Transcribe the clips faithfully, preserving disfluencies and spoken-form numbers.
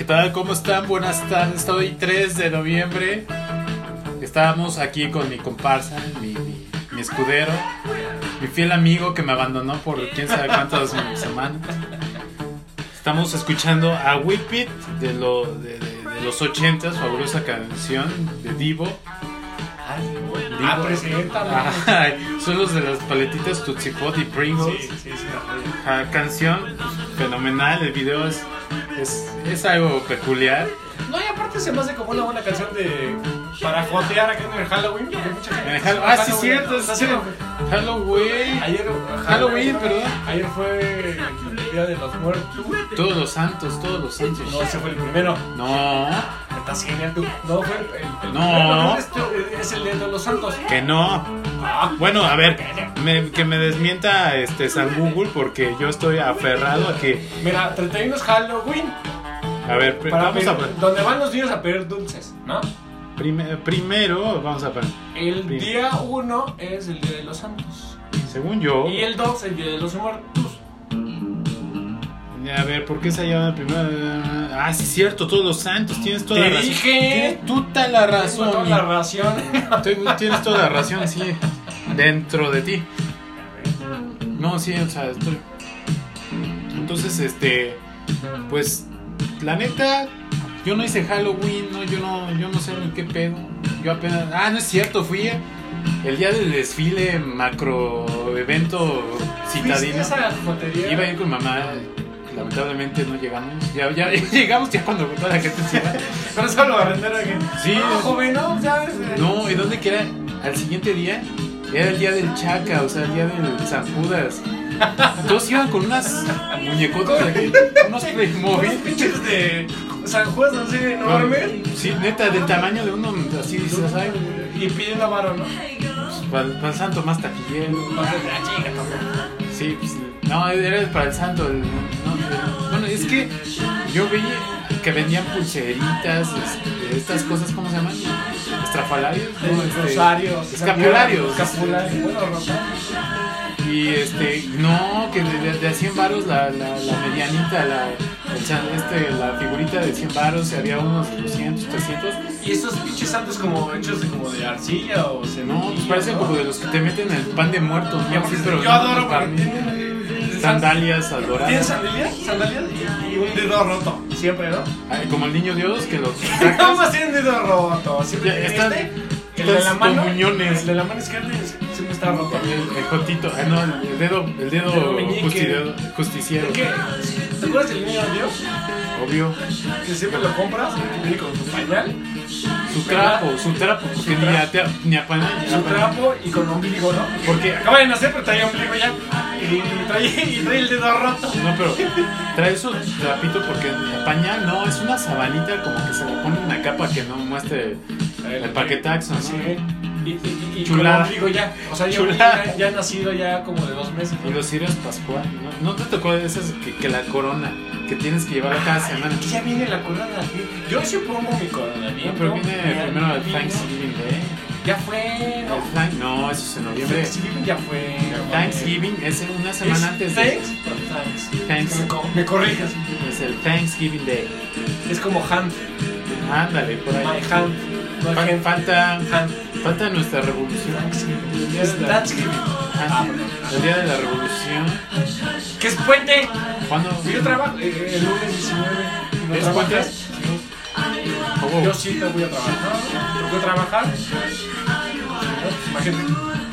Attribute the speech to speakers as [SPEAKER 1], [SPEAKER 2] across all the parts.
[SPEAKER 1] ¿qué tal? ¿Cómo están? Buenas tardes. Hoy tres de noviembre. Estábamos aquí con mi comparsa, mi, mi, mi escudero, mi fiel amigo que me abandonó por quién sabe cuántas semanas. Estamos escuchando a Whip It de, lo, de, de, de los ochentas, fabulosa canción de Divo.
[SPEAKER 2] Divo. Ah, presenta.
[SPEAKER 1] Son los de las paletitas Tootsie Pop y Pringles.
[SPEAKER 2] Sí, sí, sí.
[SPEAKER 1] Ah, canción fenomenal, el video es, es, es algo peculiar.
[SPEAKER 2] No, y aparte se me hace como una buena canción de para jotear acá en el Halloween. Mucha gente
[SPEAKER 1] En el Hall- ah, sí, cierto, es
[SPEAKER 2] así.
[SPEAKER 1] Halloween.
[SPEAKER 2] Ayer,
[SPEAKER 1] Halloween, perdón.
[SPEAKER 2] Ayer fue el Día de los Muertos.
[SPEAKER 1] Todos los santos, todos los santos.
[SPEAKER 2] No, ese fue el primero.
[SPEAKER 1] No,
[SPEAKER 2] Estás genial tú. No, fue el, el
[SPEAKER 1] No.
[SPEAKER 2] primero. Este es el Día de los Santos.
[SPEAKER 1] que no.
[SPEAKER 2] Ah,
[SPEAKER 1] Bueno, a ver, me- que me desmienta este San Google porque yo estoy aferrado a que.
[SPEAKER 2] mira, treinta y uno es Halloween.
[SPEAKER 1] A ver, pr-
[SPEAKER 2] Para
[SPEAKER 1] vamos
[SPEAKER 2] pedir-
[SPEAKER 1] a poner.
[SPEAKER 2] donde van los niños a pedir dulces, ¿no?
[SPEAKER 1] Prime- primero, vamos a poner.
[SPEAKER 2] El
[SPEAKER 1] Prim-
[SPEAKER 2] día uno es el Día de los Santos.
[SPEAKER 1] Según yo.
[SPEAKER 2] Y el dos el Día de los Muertos.
[SPEAKER 1] A ver, ¿por qué se llama primero? Ah, sí, es cierto, todos los santos. Tienes toda
[SPEAKER 2] Te
[SPEAKER 1] la razón.
[SPEAKER 2] dije.
[SPEAKER 1] Tienes toda la razón.
[SPEAKER 2] Toda la ración.
[SPEAKER 1] Tengo- Tienes toda la razón, sí. Dentro de ti. No, sí, o sea, estoy. Entonces, este. Pues, la neta, yo no hice Halloween, no, yo no, yo no sé ni qué pedo. Yo apenas. Ah, no es cierto, fui el día del desfile macro evento citadino.
[SPEAKER 2] esa jotería?
[SPEAKER 1] Iba a ir con mamá. Lamentablemente no llegamos. Ya, ya llegamos ya cuando toda la gente se iba.
[SPEAKER 2] Pero solo a vender aquí.
[SPEAKER 1] Sí.
[SPEAKER 2] No, joven, no, ya.
[SPEAKER 1] No, ¿y dónde que era? Al siguiente día era el día del Chaca, o sea, el día del San Judas. Todos iban con unas muñecotas de aquí, unos Playmobil.
[SPEAKER 2] Unos pinches de San Juan así enormes.
[SPEAKER 1] Sí, neta, del tamaño de uno, así dices, ¿sabes?
[SPEAKER 2] Y pidiendo varo, ¿no?
[SPEAKER 1] Para, para el santo más taquillero.
[SPEAKER 2] Entonces, la chica, tampoco.
[SPEAKER 1] Sí, pues, no, era para el santo. El, no, el- bueno, es que yo veía que vendían pulseritas, este, estas cosas, ¿cómo se llaman? Estrafalarios, ¿no? Este,
[SPEAKER 2] Rosarios.
[SPEAKER 1] escapularios.
[SPEAKER 2] Escapularios. Bueno, rosarios.
[SPEAKER 1] Y este, no, que de, de, de a cien varos la, la, la medianita, la, el chan- este, la figurita de cien varos, y había unos doscientos, trescientos.
[SPEAKER 2] Y estos pinches santos como hechos de como de arcilla o cemento.
[SPEAKER 1] No, pues parecen como de los que te meten el pan de muertos, ¿no? Sí, pero
[SPEAKER 2] Yo
[SPEAKER 1] no,
[SPEAKER 2] adoro
[SPEAKER 1] para
[SPEAKER 2] porque
[SPEAKER 1] mí.
[SPEAKER 2] tienen
[SPEAKER 1] Sandalias
[SPEAKER 2] ¿Tienes
[SPEAKER 1] adoradas.
[SPEAKER 2] sandalias? ¿Sandalias? Y un dedo roto. Siempre, ¿no?
[SPEAKER 1] Ay, como el niño Dios que los
[SPEAKER 2] Nada
[SPEAKER 1] sacas.
[SPEAKER 2] más tiene un dedo roto. Siempre
[SPEAKER 1] Ya,
[SPEAKER 2] tiene
[SPEAKER 1] están-
[SPEAKER 2] este. El de la
[SPEAKER 1] estas
[SPEAKER 2] mano.
[SPEAKER 1] comuniones.
[SPEAKER 2] El de la mano izquierda siempre está roto.
[SPEAKER 1] El, el jotito, ah, no, el dedo, el dedo
[SPEAKER 2] dedo meñique.
[SPEAKER 1] justiciero, justiciero,
[SPEAKER 2] ¿Qué? ¿Te acuerdas del niño Dios?
[SPEAKER 1] obvio.
[SPEAKER 2] Que siempre lo compras y viene con su pañal,
[SPEAKER 1] Su trapo, su trapo, porque ni a, te- ni a pana- ni a
[SPEAKER 2] su
[SPEAKER 1] pana-
[SPEAKER 2] trapo y con ombligo, ¿no?
[SPEAKER 1] Porque
[SPEAKER 2] Acaba de nacer, pero trae ombligo ya. Y trae, y trae el dedo roto.
[SPEAKER 1] no, pero trae su trapito porque el pañal no, es una sabanita como que se le pone una capa que no muestre el paquetaxo, ¿no?
[SPEAKER 2] Sí. Y, y, y, y con
[SPEAKER 1] Chulada.
[SPEAKER 2] ombligo ya. O sea, ya,
[SPEAKER 1] Chulada.
[SPEAKER 2] ya, ya nacido ya como de dos meses.
[SPEAKER 1] Y los cirios pascual, ¿no? ¿No te tocó de esas que, que la corona que tienes que llevar cada semana?
[SPEAKER 2] Ya viene la corona. Yo sí pongo mi corona.
[SPEAKER 1] No, pero viene primero el Thanksgiving Day.
[SPEAKER 2] Ya fue,
[SPEAKER 1] El
[SPEAKER 2] ¿no?
[SPEAKER 1] Thank- no, eso es en noviembre.
[SPEAKER 2] Thanksgiving ya fue.
[SPEAKER 1] Thanksgiving es una semana
[SPEAKER 2] ¿Es
[SPEAKER 1] antes de.
[SPEAKER 2] Thanks o Thanks?
[SPEAKER 1] Thanks.
[SPEAKER 2] Me, co- me corrijas.
[SPEAKER 1] Es el Thanksgiving Day.
[SPEAKER 2] Es como hand.
[SPEAKER 1] Ándale, por ahí.
[SPEAKER 2] My hand. No
[SPEAKER 1] Fa-
[SPEAKER 2] hand.
[SPEAKER 1] Falta,
[SPEAKER 2] Hand.
[SPEAKER 1] falta nuestra revolución.
[SPEAKER 2] Thanksgiving.
[SPEAKER 1] El día
[SPEAKER 2] Es
[SPEAKER 1] de la-
[SPEAKER 2] Thanksgiving.
[SPEAKER 1] Ah,
[SPEAKER 2] Ah,
[SPEAKER 1] el día de la revolución.
[SPEAKER 2] ¿Qué es puente?
[SPEAKER 1] ¿Cuándo?
[SPEAKER 2] Yo trabajo eh, el lunes diecinueve. ¿No
[SPEAKER 1] ¿Es
[SPEAKER 2] trabajas?
[SPEAKER 1] puente?
[SPEAKER 2] Sí.
[SPEAKER 1] Oh,
[SPEAKER 2] Yo sí te voy a trabajar. ¿Te voy a trabajar? Imagínate.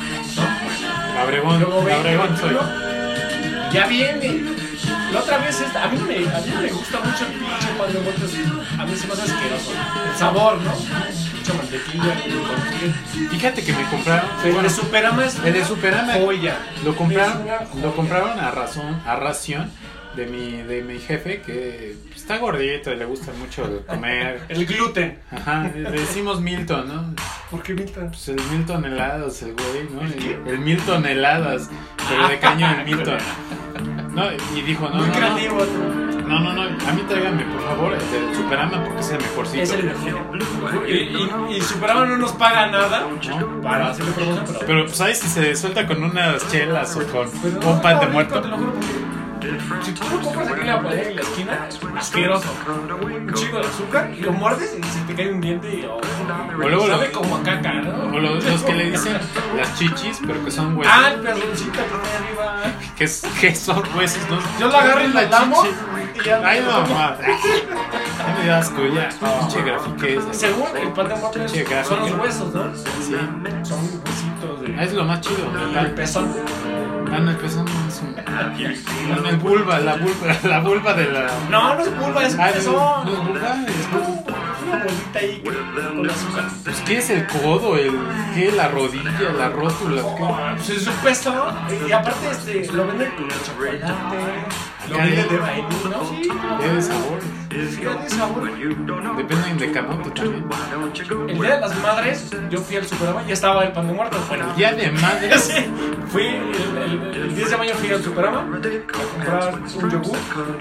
[SPEAKER 2] ¿No?
[SPEAKER 1] Abregón,
[SPEAKER 2] Luego veinte,
[SPEAKER 1] Abregón soy.
[SPEAKER 2] veintiuno. Ya viene. La otra vez, esta, a mí no me, a mí no me gusta mucho el pinche pan de muertos. A mí se me hace asqueroso. El sabor, ¿no? Mucha mantequilla. con-
[SPEAKER 1] Fíjate que me compraron.
[SPEAKER 2] El de Superama es
[SPEAKER 1] El de Superama.
[SPEAKER 2] joya.
[SPEAKER 1] Lo compraron,
[SPEAKER 2] Es una joya.
[SPEAKER 1] lo compraron a razón, a ración de mi, de mi jefe que está gordito y le gusta mucho comer.
[SPEAKER 2] El gluten.
[SPEAKER 1] Ajá, le decimos Milton, ¿no?
[SPEAKER 2] ¿Por qué Milton?
[SPEAKER 1] Pues el mil toneladas, el güey, ¿no?
[SPEAKER 2] ¿El qué?
[SPEAKER 1] El, el mil toneladas, pero de caño el Milton. No, y dijo, no,
[SPEAKER 2] Muy
[SPEAKER 1] no, no,
[SPEAKER 2] creativo.
[SPEAKER 1] no, no, no, a mí tráigame, por favor, el del Superama porque es el mejorcito.
[SPEAKER 2] Es el mejor. Y, y, y Superama no nos paga nada
[SPEAKER 1] ¿No?
[SPEAKER 2] para hacerle promoción, pero.
[SPEAKER 1] Pero, pues, ¿sabes si se suelta con unas chelas o con
[SPEAKER 2] Pero no,
[SPEAKER 1] un pan de
[SPEAKER 2] no,
[SPEAKER 1] muerto?
[SPEAKER 2] Te lo juro porque Si tú lo compras aquí en la panadería en la esquina, asqueroso. Un chico de azúcar y lo muerdes y se te cae un diente y oh,
[SPEAKER 1] O luego
[SPEAKER 2] sabe
[SPEAKER 1] lo-
[SPEAKER 2] como a caca, ¿no?
[SPEAKER 1] O los, los que le dicen las chichis, pero que son huesos.
[SPEAKER 2] Ah, el perroncito que está arriba.
[SPEAKER 1] Que, es- que son huesos, ¿no?
[SPEAKER 2] Yo lo agarro y
[SPEAKER 1] la
[SPEAKER 2] lo lamo
[SPEAKER 1] chichi.
[SPEAKER 2] y ya
[SPEAKER 1] Ay,
[SPEAKER 2] me
[SPEAKER 1] no,
[SPEAKER 2] lo como.
[SPEAKER 1] mamá. Ay, me da asco, ya. Pinche grafiquez.
[SPEAKER 2] Según el pan de muerto
[SPEAKER 1] Che, gráfica.
[SPEAKER 2] son los huesos, ¿no?
[SPEAKER 1] Sí.
[SPEAKER 2] Son huesitos de...
[SPEAKER 1] Ah, es lo más chido.
[SPEAKER 2] el
[SPEAKER 1] El
[SPEAKER 2] pezón.
[SPEAKER 1] Ah, no, el pezón no es un. No, el vulva, la vulva, la vulva de la.
[SPEAKER 2] No, no es vulva, es un
[SPEAKER 1] Ah,
[SPEAKER 2] pezón.
[SPEAKER 1] no, no es vulva, es
[SPEAKER 2] Es como una bolita ahí con azúcar.
[SPEAKER 1] Pues, ¿qué es el codo? El, ¿Qué? La rodilla, la rótula, ¿qué?
[SPEAKER 2] Pues es un pezón. Y aparte este, lo venden con chocolate. Lo
[SPEAKER 1] Caray.
[SPEAKER 2] venden de vainilla, ¿no? Sí,
[SPEAKER 1] Es de sabor.
[SPEAKER 2] sí, de sabor.
[SPEAKER 1] Dependen de camote también.
[SPEAKER 2] El día de las madres, yo fui al Superama y ya estaba el pan de muerto. Bueno,
[SPEAKER 1] Día de madre.
[SPEAKER 2] sí, fui el, el, el diez de mayo fui al Superama a comprar un yogur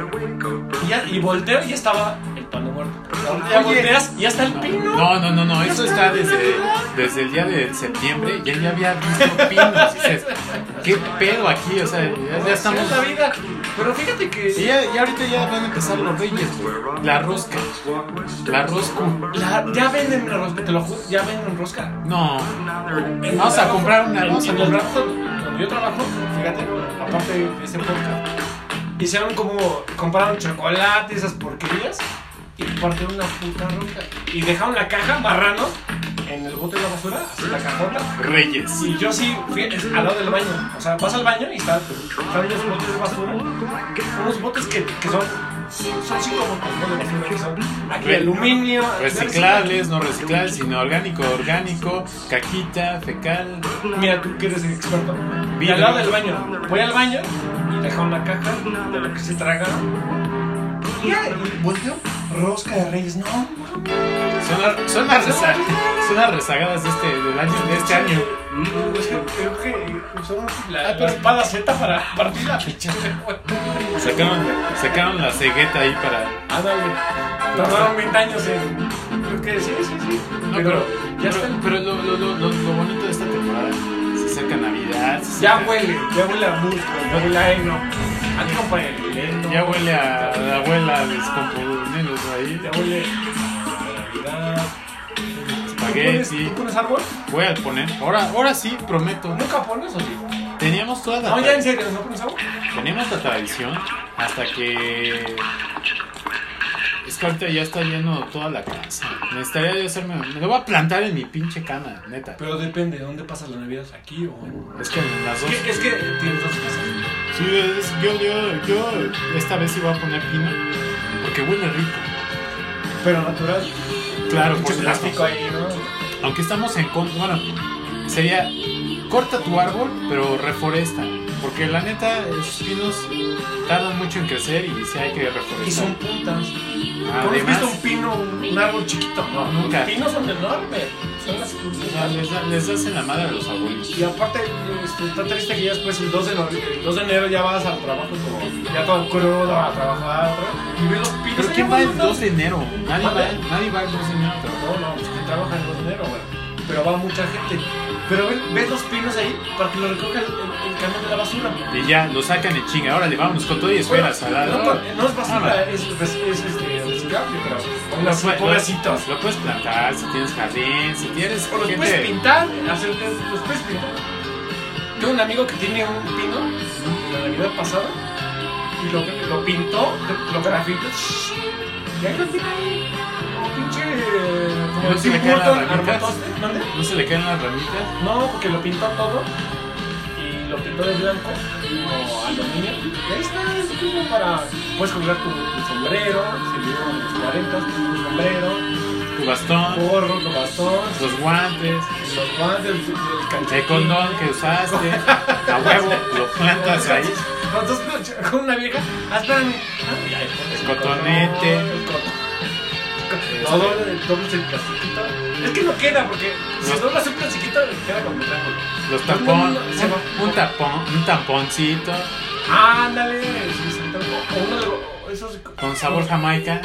[SPEAKER 2] y, ya, y volteo y ya estaba el pan de muerto. Ya
[SPEAKER 1] Oye.
[SPEAKER 2] volteas y ya está el pino.
[SPEAKER 1] No, no, no, no, eso está desde, desde el día de septiembre. Ya, ya había visto pinos. Dices, ¿qué pedo aquí? O sea, ya, ya estamos.
[SPEAKER 2] Así es la vida. Pero fíjate que
[SPEAKER 1] Y ya, ya ahorita ya van a empezar los reyes, güey. La rosca. La rosca.
[SPEAKER 2] la- ya venden la rosca, te lo juro, ya venden rosca.
[SPEAKER 1] No.
[SPEAKER 2] En
[SPEAKER 1] Vamos
[SPEAKER 2] el
[SPEAKER 1] a comprar una,
[SPEAKER 2] en-
[SPEAKER 1] vamos a
[SPEAKER 2] en el
[SPEAKER 1] comprar.
[SPEAKER 2] trabajo donde yo trabajo, fíjate, aparte de ese podcast, hicieron como, compraron chocolate, esas porquerías, y partieron una puta rosca. Y dejaron la caja marrano en el bote de la basura, así la cajota.
[SPEAKER 1] Reyes.
[SPEAKER 2] Y yo sí fui es al lado del baño. O sea, vas al baño y está, están los botes de basura. Unos botes que, que son, son cinco botes, ¿no? De basura, que son aquí
[SPEAKER 1] Re-
[SPEAKER 2] aluminio.
[SPEAKER 1] Reciclables, no reciclables, sino orgánico, orgánico, caquita, fecal.
[SPEAKER 2] Mira, tú que eres el experto. Y
[SPEAKER 1] Vidrio.
[SPEAKER 2] al lado del baño. Voy al baño y dejo una caja de lo que se tragaron. Y ya, y volteo. Rosca de Reyes, no.
[SPEAKER 1] Son, las- son, las reza- son las rezagadas de este, del año, de este año.
[SPEAKER 2] Es que creo que son la,
[SPEAKER 1] Ah, pero-
[SPEAKER 2] la espada Z para partir la ficha.
[SPEAKER 1] Sacaron, sacaron la cegueta ahí para.
[SPEAKER 2] Ándale. Tardaron veinte años en. Creo que sí, sí, sí.
[SPEAKER 1] No,
[SPEAKER 2] pero,
[SPEAKER 1] pero,
[SPEAKER 2] ya
[SPEAKER 1] pero,
[SPEAKER 2] está.
[SPEAKER 1] pero lo, lo, lo, lo, lo bonito de esta temporada, se acerca Navidad, se
[SPEAKER 2] Ya
[SPEAKER 1] acerca-
[SPEAKER 2] huele, ya huele a musgo, ya huele a heno. Aquí compra el heno.
[SPEAKER 1] ya huele a la abuela descomponiéndose ahí,
[SPEAKER 2] Ya huele a Navidad. ¿Tú pones,
[SPEAKER 1] espagueti.
[SPEAKER 2] ¿Tú pones árbol?
[SPEAKER 1] Voy a poner, ahora, ahora sí, prometo.
[SPEAKER 2] ¿Nunca pones o sí?
[SPEAKER 1] Teníamos toda la
[SPEAKER 2] No, ya en serio, ¿no pones árbol?
[SPEAKER 1] teníamos la tradición hasta que es que ahorita ya está lleno toda la casa. Necesitaría yo hacerme, me lo voy a plantar en mi pinche cama, neta.
[SPEAKER 2] Pero depende, ¿dónde pasas la Navidad? ¿Aquí o en...?
[SPEAKER 1] Es que en las
[SPEAKER 2] Es
[SPEAKER 1] dos.
[SPEAKER 2] que, es que tienes dos casas.
[SPEAKER 1] Sí, es- yo, yo, yo esta vez iba a poner pino porque huele rico.
[SPEAKER 2] Pero natural.
[SPEAKER 1] Claro,
[SPEAKER 2] Pinche
[SPEAKER 1] por
[SPEAKER 2] plástico
[SPEAKER 1] supuesto.
[SPEAKER 2] ahí, ¿no?
[SPEAKER 1] Aunque estamos en contra, bueno, sería corta tu árbol, pero reforesta. Porque la neta, esos pinos tardan mucho en crecer y sí hay que reforestar.
[SPEAKER 2] Y son puntas. ¿No has
[SPEAKER 1] Además,
[SPEAKER 2] visto un pino, un árbol chiquito?
[SPEAKER 1] No, nunca.
[SPEAKER 2] Los pinos son enormes. Son las
[SPEAKER 1] o sea, les, da- les hacen la madre a los abuelos.
[SPEAKER 2] Y aparte, este, está triste que ya después el dos de, no- el dos de enero ya vas al trabajo como ya todo crudo a trabajar otra vez, y ves los pinos.
[SPEAKER 1] ¿Pero
[SPEAKER 2] ahí
[SPEAKER 1] quién va el
[SPEAKER 2] bonitos.
[SPEAKER 1] dos de enero? Nadie va,
[SPEAKER 2] ¿Mande?
[SPEAKER 1] nadie va el dos de enero. a trabajar.
[SPEAKER 2] No, no, pues que trabaja el dos de enero, güey. Pero va mucha gente. Pero ves, ves los pinos ahí para que lo recoja el, el, el camión de la basura.
[SPEAKER 1] Y ya, lo sacan en chinga. Órale, vámonos con todo y esferas al
[SPEAKER 2] no,
[SPEAKER 1] lado.
[SPEAKER 2] no, no es basura, es, es, es, este, reciclable, pero aún
[SPEAKER 1] Lo,
[SPEAKER 2] así,
[SPEAKER 1] pue-
[SPEAKER 2] pobrecitos.
[SPEAKER 1] lo- lo puedes plantar si tienes jardín, si tienes
[SPEAKER 2] O los
[SPEAKER 1] gente-
[SPEAKER 2] puedes pintar, hacer, los puedes pintar. Tengo un amigo que tiene un pino de la Navidad pasada y lo, lo pintó, lo grafitó y ahí lo tiene ahí. Como pinche. Como
[SPEAKER 1] ¿No
[SPEAKER 2] el
[SPEAKER 1] se le
[SPEAKER 2] Tim
[SPEAKER 1] caen las
[SPEAKER 2] Burton
[SPEAKER 1] ramitas?
[SPEAKER 2] armatoste. ¿Mande?
[SPEAKER 1] ¿No se le caen las ramitas?
[SPEAKER 2] No, porque lo pintó todo y lo pintó de blanco como aluminio. Y ahí está, es como para. Puedes colgar tu, tu sombrero, si vivo en los cuarenta, tu sombrero,
[SPEAKER 1] Tu bastón,
[SPEAKER 2] gorro, tu bastón,
[SPEAKER 1] los guantes,
[SPEAKER 2] los guantes, el, el calcetín.
[SPEAKER 1] el condón que usaste, a huevo, lo plantas ahí.
[SPEAKER 2] Entonces, con una vieja, ah, espérame. Ah, y ahí pones
[SPEAKER 1] El cotonete.
[SPEAKER 2] el cotón. No, doble, doble el plastiquito. Es que no queda porque si
[SPEAKER 1] Los-
[SPEAKER 2] doblas un plastiquito queda como triángulo.
[SPEAKER 1] Los
[SPEAKER 2] No,
[SPEAKER 1] tampón,
[SPEAKER 2] no, no, se va.
[SPEAKER 1] un, un tapón, un tamponcito
[SPEAKER 2] Ándale, sí, sí, o uno de los- esos
[SPEAKER 1] con sabor jamaica.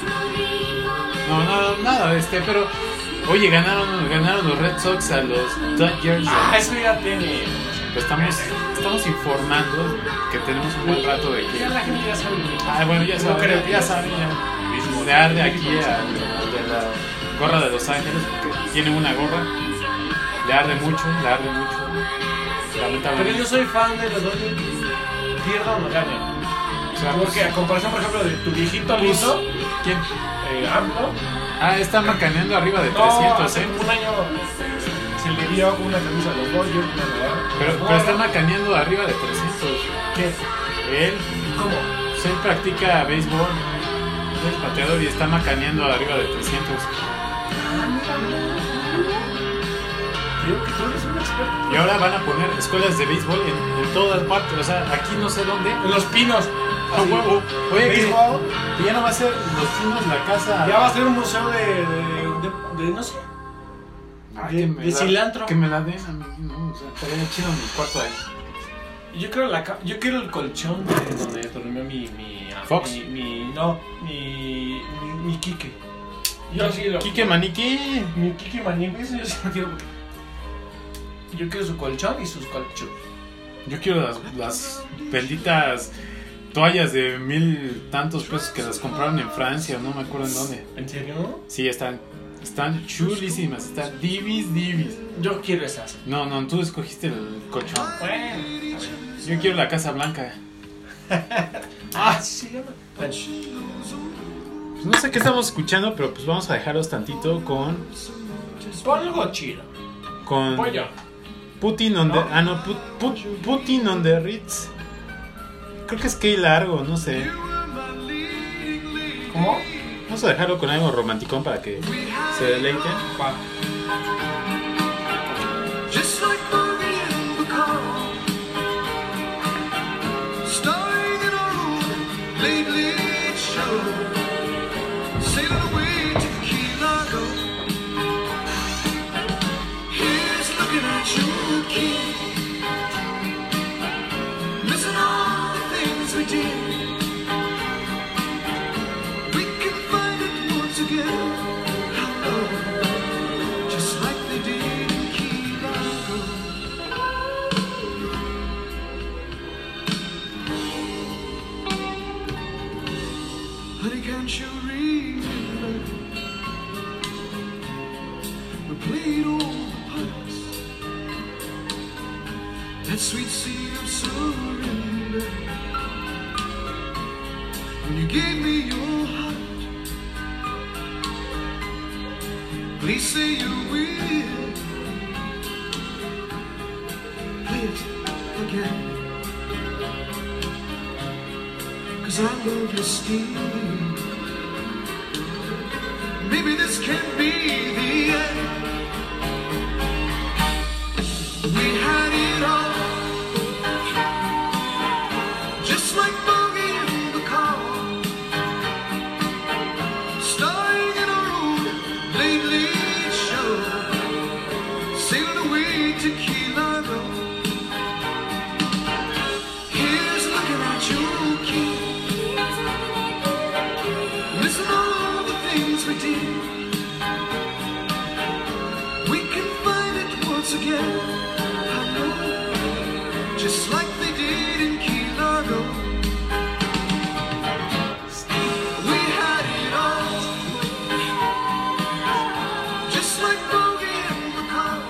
[SPEAKER 1] No, no, nada de este, pero oye, ganaron, ganaron los Red Sox a los Dodgers.
[SPEAKER 2] Ah, eso ya tiene.
[SPEAKER 1] Pues estamos, estamos informando que tenemos un buen rato de que...
[SPEAKER 2] Ya la gente ya sabe.
[SPEAKER 1] Ah, bueno, ya saben,
[SPEAKER 2] creo.
[SPEAKER 1] ya saben, ya. De arde aquí a, de la gorra de Los Ángeles, porque tiene una gorra, le arde mucho, le arde mucho,
[SPEAKER 2] Pero
[SPEAKER 1] lamentablemente.
[SPEAKER 2] yo soy fan de los Dodgers, pierda o no gane.
[SPEAKER 1] O sea,
[SPEAKER 2] Porque a comparación, por ejemplo, de tu viejito lindo,
[SPEAKER 1] ¿quién?
[SPEAKER 2] eh, AMLO,
[SPEAKER 1] Ah, está macaneando arriba de
[SPEAKER 2] no,
[SPEAKER 1] trescientos,
[SPEAKER 2] hace
[SPEAKER 1] ¿eh?
[SPEAKER 2] un año se le dio una camisa a los Dodgers, una nueva.
[SPEAKER 1] Pero, pero está macaneando arriba de trescientos.
[SPEAKER 2] ¿Qué?
[SPEAKER 1] Él,
[SPEAKER 2] ¿Cómo?
[SPEAKER 1] pues él practica béisbol, es pateador y está macaneando arriba de trescientos.
[SPEAKER 2] Creo que tú eres un experto.
[SPEAKER 1] Y ahora van a poner escuelas de béisbol en, en todas partes, o sea, aquí no sé dónde.
[SPEAKER 2] En los pinos.
[SPEAKER 1] A huevo. Oye, que,
[SPEAKER 2] Béisbol.
[SPEAKER 1] que ya no va a ser Los Pinos la casa.
[SPEAKER 2] Ya va a ser un museo de, de, de, de no sé.
[SPEAKER 1] Ay,
[SPEAKER 2] de-
[SPEAKER 1] que me
[SPEAKER 2] de
[SPEAKER 1] la-
[SPEAKER 2] cilantro.
[SPEAKER 1] Que me la den a mí, no, o sea, estaría chido mi cuarto ahí.
[SPEAKER 2] Yo quiero la ca- yo quiero el colchón de donde durmió mi mi
[SPEAKER 1] Fox.
[SPEAKER 2] mi, mi no mi mi, mi Quique. Yo sí lo
[SPEAKER 1] Quique Maniquí.
[SPEAKER 2] mi Quique Manique, eso yo sí lo quiero. Yo quiero su colchón y sus colchones.
[SPEAKER 1] Yo quiero las, las benditas toallas de mil tantos pesos que las compraron en Francia, no me acuerdo en dónde.
[SPEAKER 2] ¿En serio?
[SPEAKER 1] Sí, están, están chulísimas, están divis, divis.
[SPEAKER 2] Yo quiero esas.
[SPEAKER 1] No, no, tú escogiste el colchón.
[SPEAKER 2] Bueno,
[SPEAKER 1] Yo quiero la Casa Blanca.
[SPEAKER 2] ah, sí se llama. Bueno,
[SPEAKER 1] Pues no sé qué estamos escuchando, pero pues vamos a dejarlos tantito con...
[SPEAKER 2] pon algo chido.
[SPEAKER 1] con
[SPEAKER 2] Pollo.
[SPEAKER 1] Putin on the...
[SPEAKER 2] ¿No?
[SPEAKER 1] Ah, no, Put- Put- Putin on the Ritz. Creo que es que largo, no sé.
[SPEAKER 2] ¿Cómo?
[SPEAKER 1] Vamos a dejarlo con algo romanticón para que se deleiten.
[SPEAKER 2] Va.
[SPEAKER 3] Just like Boogie and the car, starring in a room late late show, sailing away to Key Largo. Here's looking at you, kid, missing all the things we did. We can find it once again. I know, just like they did in Key Largo. Honey, can't you remember we played all the parts, that sweet scene of surrender, when you gave me your heart? Please say you will play it again, 'cause I love you still. Maybe this can be the end. We had it all, just like Boogie in the car, starring in a room late late show, sailing away to Key Largo. Here's looking at you, kid, missing all the things we did. We can find it once again, I know, just like they did in Key Largo. We had it all, just like Boogie in the car.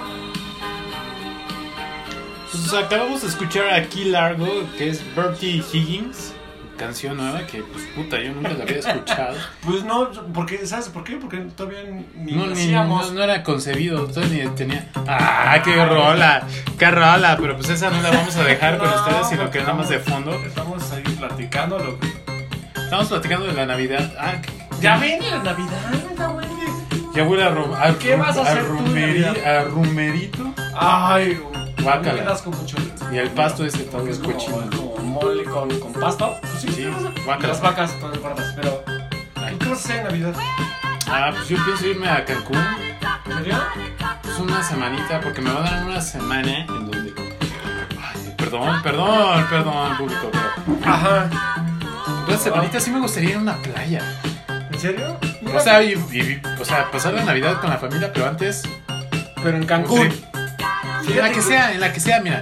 [SPEAKER 1] Pues acabamos de escuchar a Key Largo, que es Bertie Higgins. Canción nueva que, pues puta, yo nunca la había escuchado.
[SPEAKER 2] Pues no, porque ¿sabes por qué? Porque todavía ni
[SPEAKER 1] No, ni,
[SPEAKER 2] nacíamos.
[SPEAKER 1] no, no era concebido, todavía ni tenía. ¡Ah, qué rola! ¡Qué rola! Pero pues esa no la vamos a dejar con
[SPEAKER 2] No,
[SPEAKER 1] ustedes, sino
[SPEAKER 2] porque
[SPEAKER 1] que nada más de
[SPEAKER 2] estamos-
[SPEAKER 1] fondo.
[SPEAKER 2] Estamos ahí platicando lo que...
[SPEAKER 1] Estamos platicando de la Navidad. Ah,
[SPEAKER 2] Ya viene la Navidad, está bueno.
[SPEAKER 1] ya voy a ru- al
[SPEAKER 2] ¿Qué vas a hacer tú de Navidad?
[SPEAKER 1] a rumerito
[SPEAKER 2] Ay,
[SPEAKER 1] Guácala.
[SPEAKER 2] me das con mucho.
[SPEAKER 1] y el pasto este todo
[SPEAKER 2] Es
[SPEAKER 1] es
[SPEAKER 2] como,
[SPEAKER 1] cochino.
[SPEAKER 2] como mole con, con pasto. Pues sí,
[SPEAKER 1] Sí,
[SPEAKER 2] ¿qué vas a hacer?
[SPEAKER 1] guácala.
[SPEAKER 2] Las vacas todas gordas, pero ¿tú qué vas a hacer en Navidad?
[SPEAKER 1] Ah, pues yo pienso irme a Cancún.
[SPEAKER 2] ¿En serio?
[SPEAKER 1] Pues una semanita, porque me van a dar una semana en donde. Ay, perdón, perdón, perdón, público, pero.
[SPEAKER 2] Ajá.
[SPEAKER 1] Una semanita sí me gustaría ir a una playa.
[SPEAKER 2] ¿En serio?
[SPEAKER 1] O sea, y, y- o sea, pasar la Navidad con la familia, pero antes.
[SPEAKER 2] pero en Cancún.
[SPEAKER 1] Sí. En la que sea, en la que sea, mira.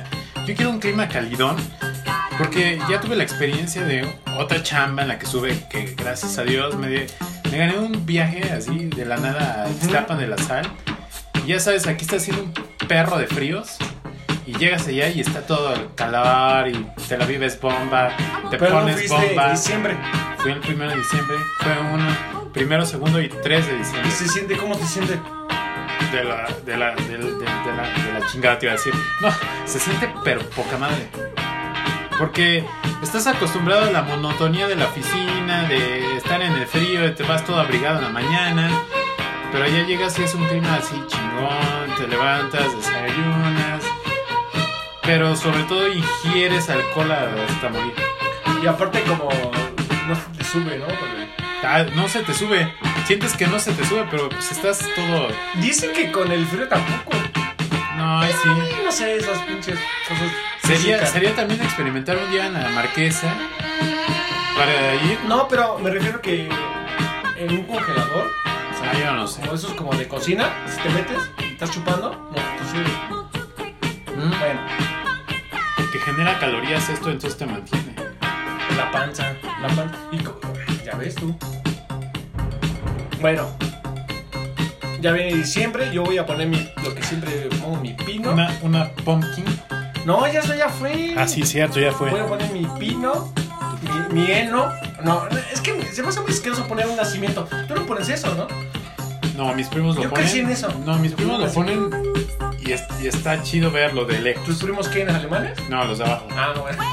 [SPEAKER 1] yo quiero un clima calidón. Porque ya tuve la experiencia de otra chamba en la que sube, que gracias a Dios me, de, me gané un viaje así de la nada a Ixtapan de la Sal. Y ya sabes, aquí está haciendo un perro de fríos. Y llegas allá y está todo el calor y te la vives bomba, te
[SPEAKER 2] Pero no
[SPEAKER 1] pones
[SPEAKER 2] fuiste
[SPEAKER 1] bomba.
[SPEAKER 2] en diciembre.
[SPEAKER 1] Fui el primero de diciembre, fue uno, primero, segundo y tres de
[SPEAKER 2] ¿Y
[SPEAKER 1] diciembre.
[SPEAKER 2] se siente? ¿Cómo se siente?
[SPEAKER 1] De la, de la, de, de- de la, de la chingada te iba a decir. No, se siente pero poca madre. Porque estás acostumbrado a la monotonía de la oficina, de estar en el frío, te vas todo abrigado en la mañana. Pero allá llegas y es un clima así chingón, te levantas, desayunas. Pero sobre todo ingieres alcohol hasta morir.
[SPEAKER 2] Y aparte como no se te sube, ¿no? Porque
[SPEAKER 1] Ah, no se te sube. Sientes que no se te sube, pero pues estás todo...
[SPEAKER 2] dicen que con el frío tampoco.
[SPEAKER 1] No, ay, sí.
[SPEAKER 2] Ay, no sé, esas pinches cosas.
[SPEAKER 1] Sería,
[SPEAKER 2] físicas.
[SPEAKER 1] sería también experimentar un día en la Marquesa para ir...
[SPEAKER 2] No, pero me refiero que en un congelador, o sea,
[SPEAKER 1] Ah, yo no sé.
[SPEAKER 2] como esos como de cocina, si te metes y estás chupando, no te sube.
[SPEAKER 1] Mm,
[SPEAKER 2] Bueno,
[SPEAKER 1] Porque genera calorías esto, entonces te mantiene.
[SPEAKER 2] la panza, la panza. Y co- ya ves tú. Bueno, ya viene diciembre, yo voy a poner mi, lo que siempre pongo, mi pino.
[SPEAKER 1] Una, una pumpkin.
[SPEAKER 2] No, ya eso ya fue.
[SPEAKER 1] Ah, sí, cierto, ya
[SPEAKER 2] Voy
[SPEAKER 1] fue.
[SPEAKER 2] a poner mi pino, mi, mi heno. No, es que se me hace muy asqueroso poner un nacimiento. Tú no pones eso, ¿no?
[SPEAKER 1] No, mis primos lo
[SPEAKER 2] Yo
[SPEAKER 1] ponen.
[SPEAKER 2] crecí en eso.
[SPEAKER 1] No, mis primos lo ponen y, es- y está chido verlo de lejos.
[SPEAKER 2] ¿Tus primos qué, alemanes?
[SPEAKER 1] No, los de abajo.
[SPEAKER 2] Ah, no, bueno.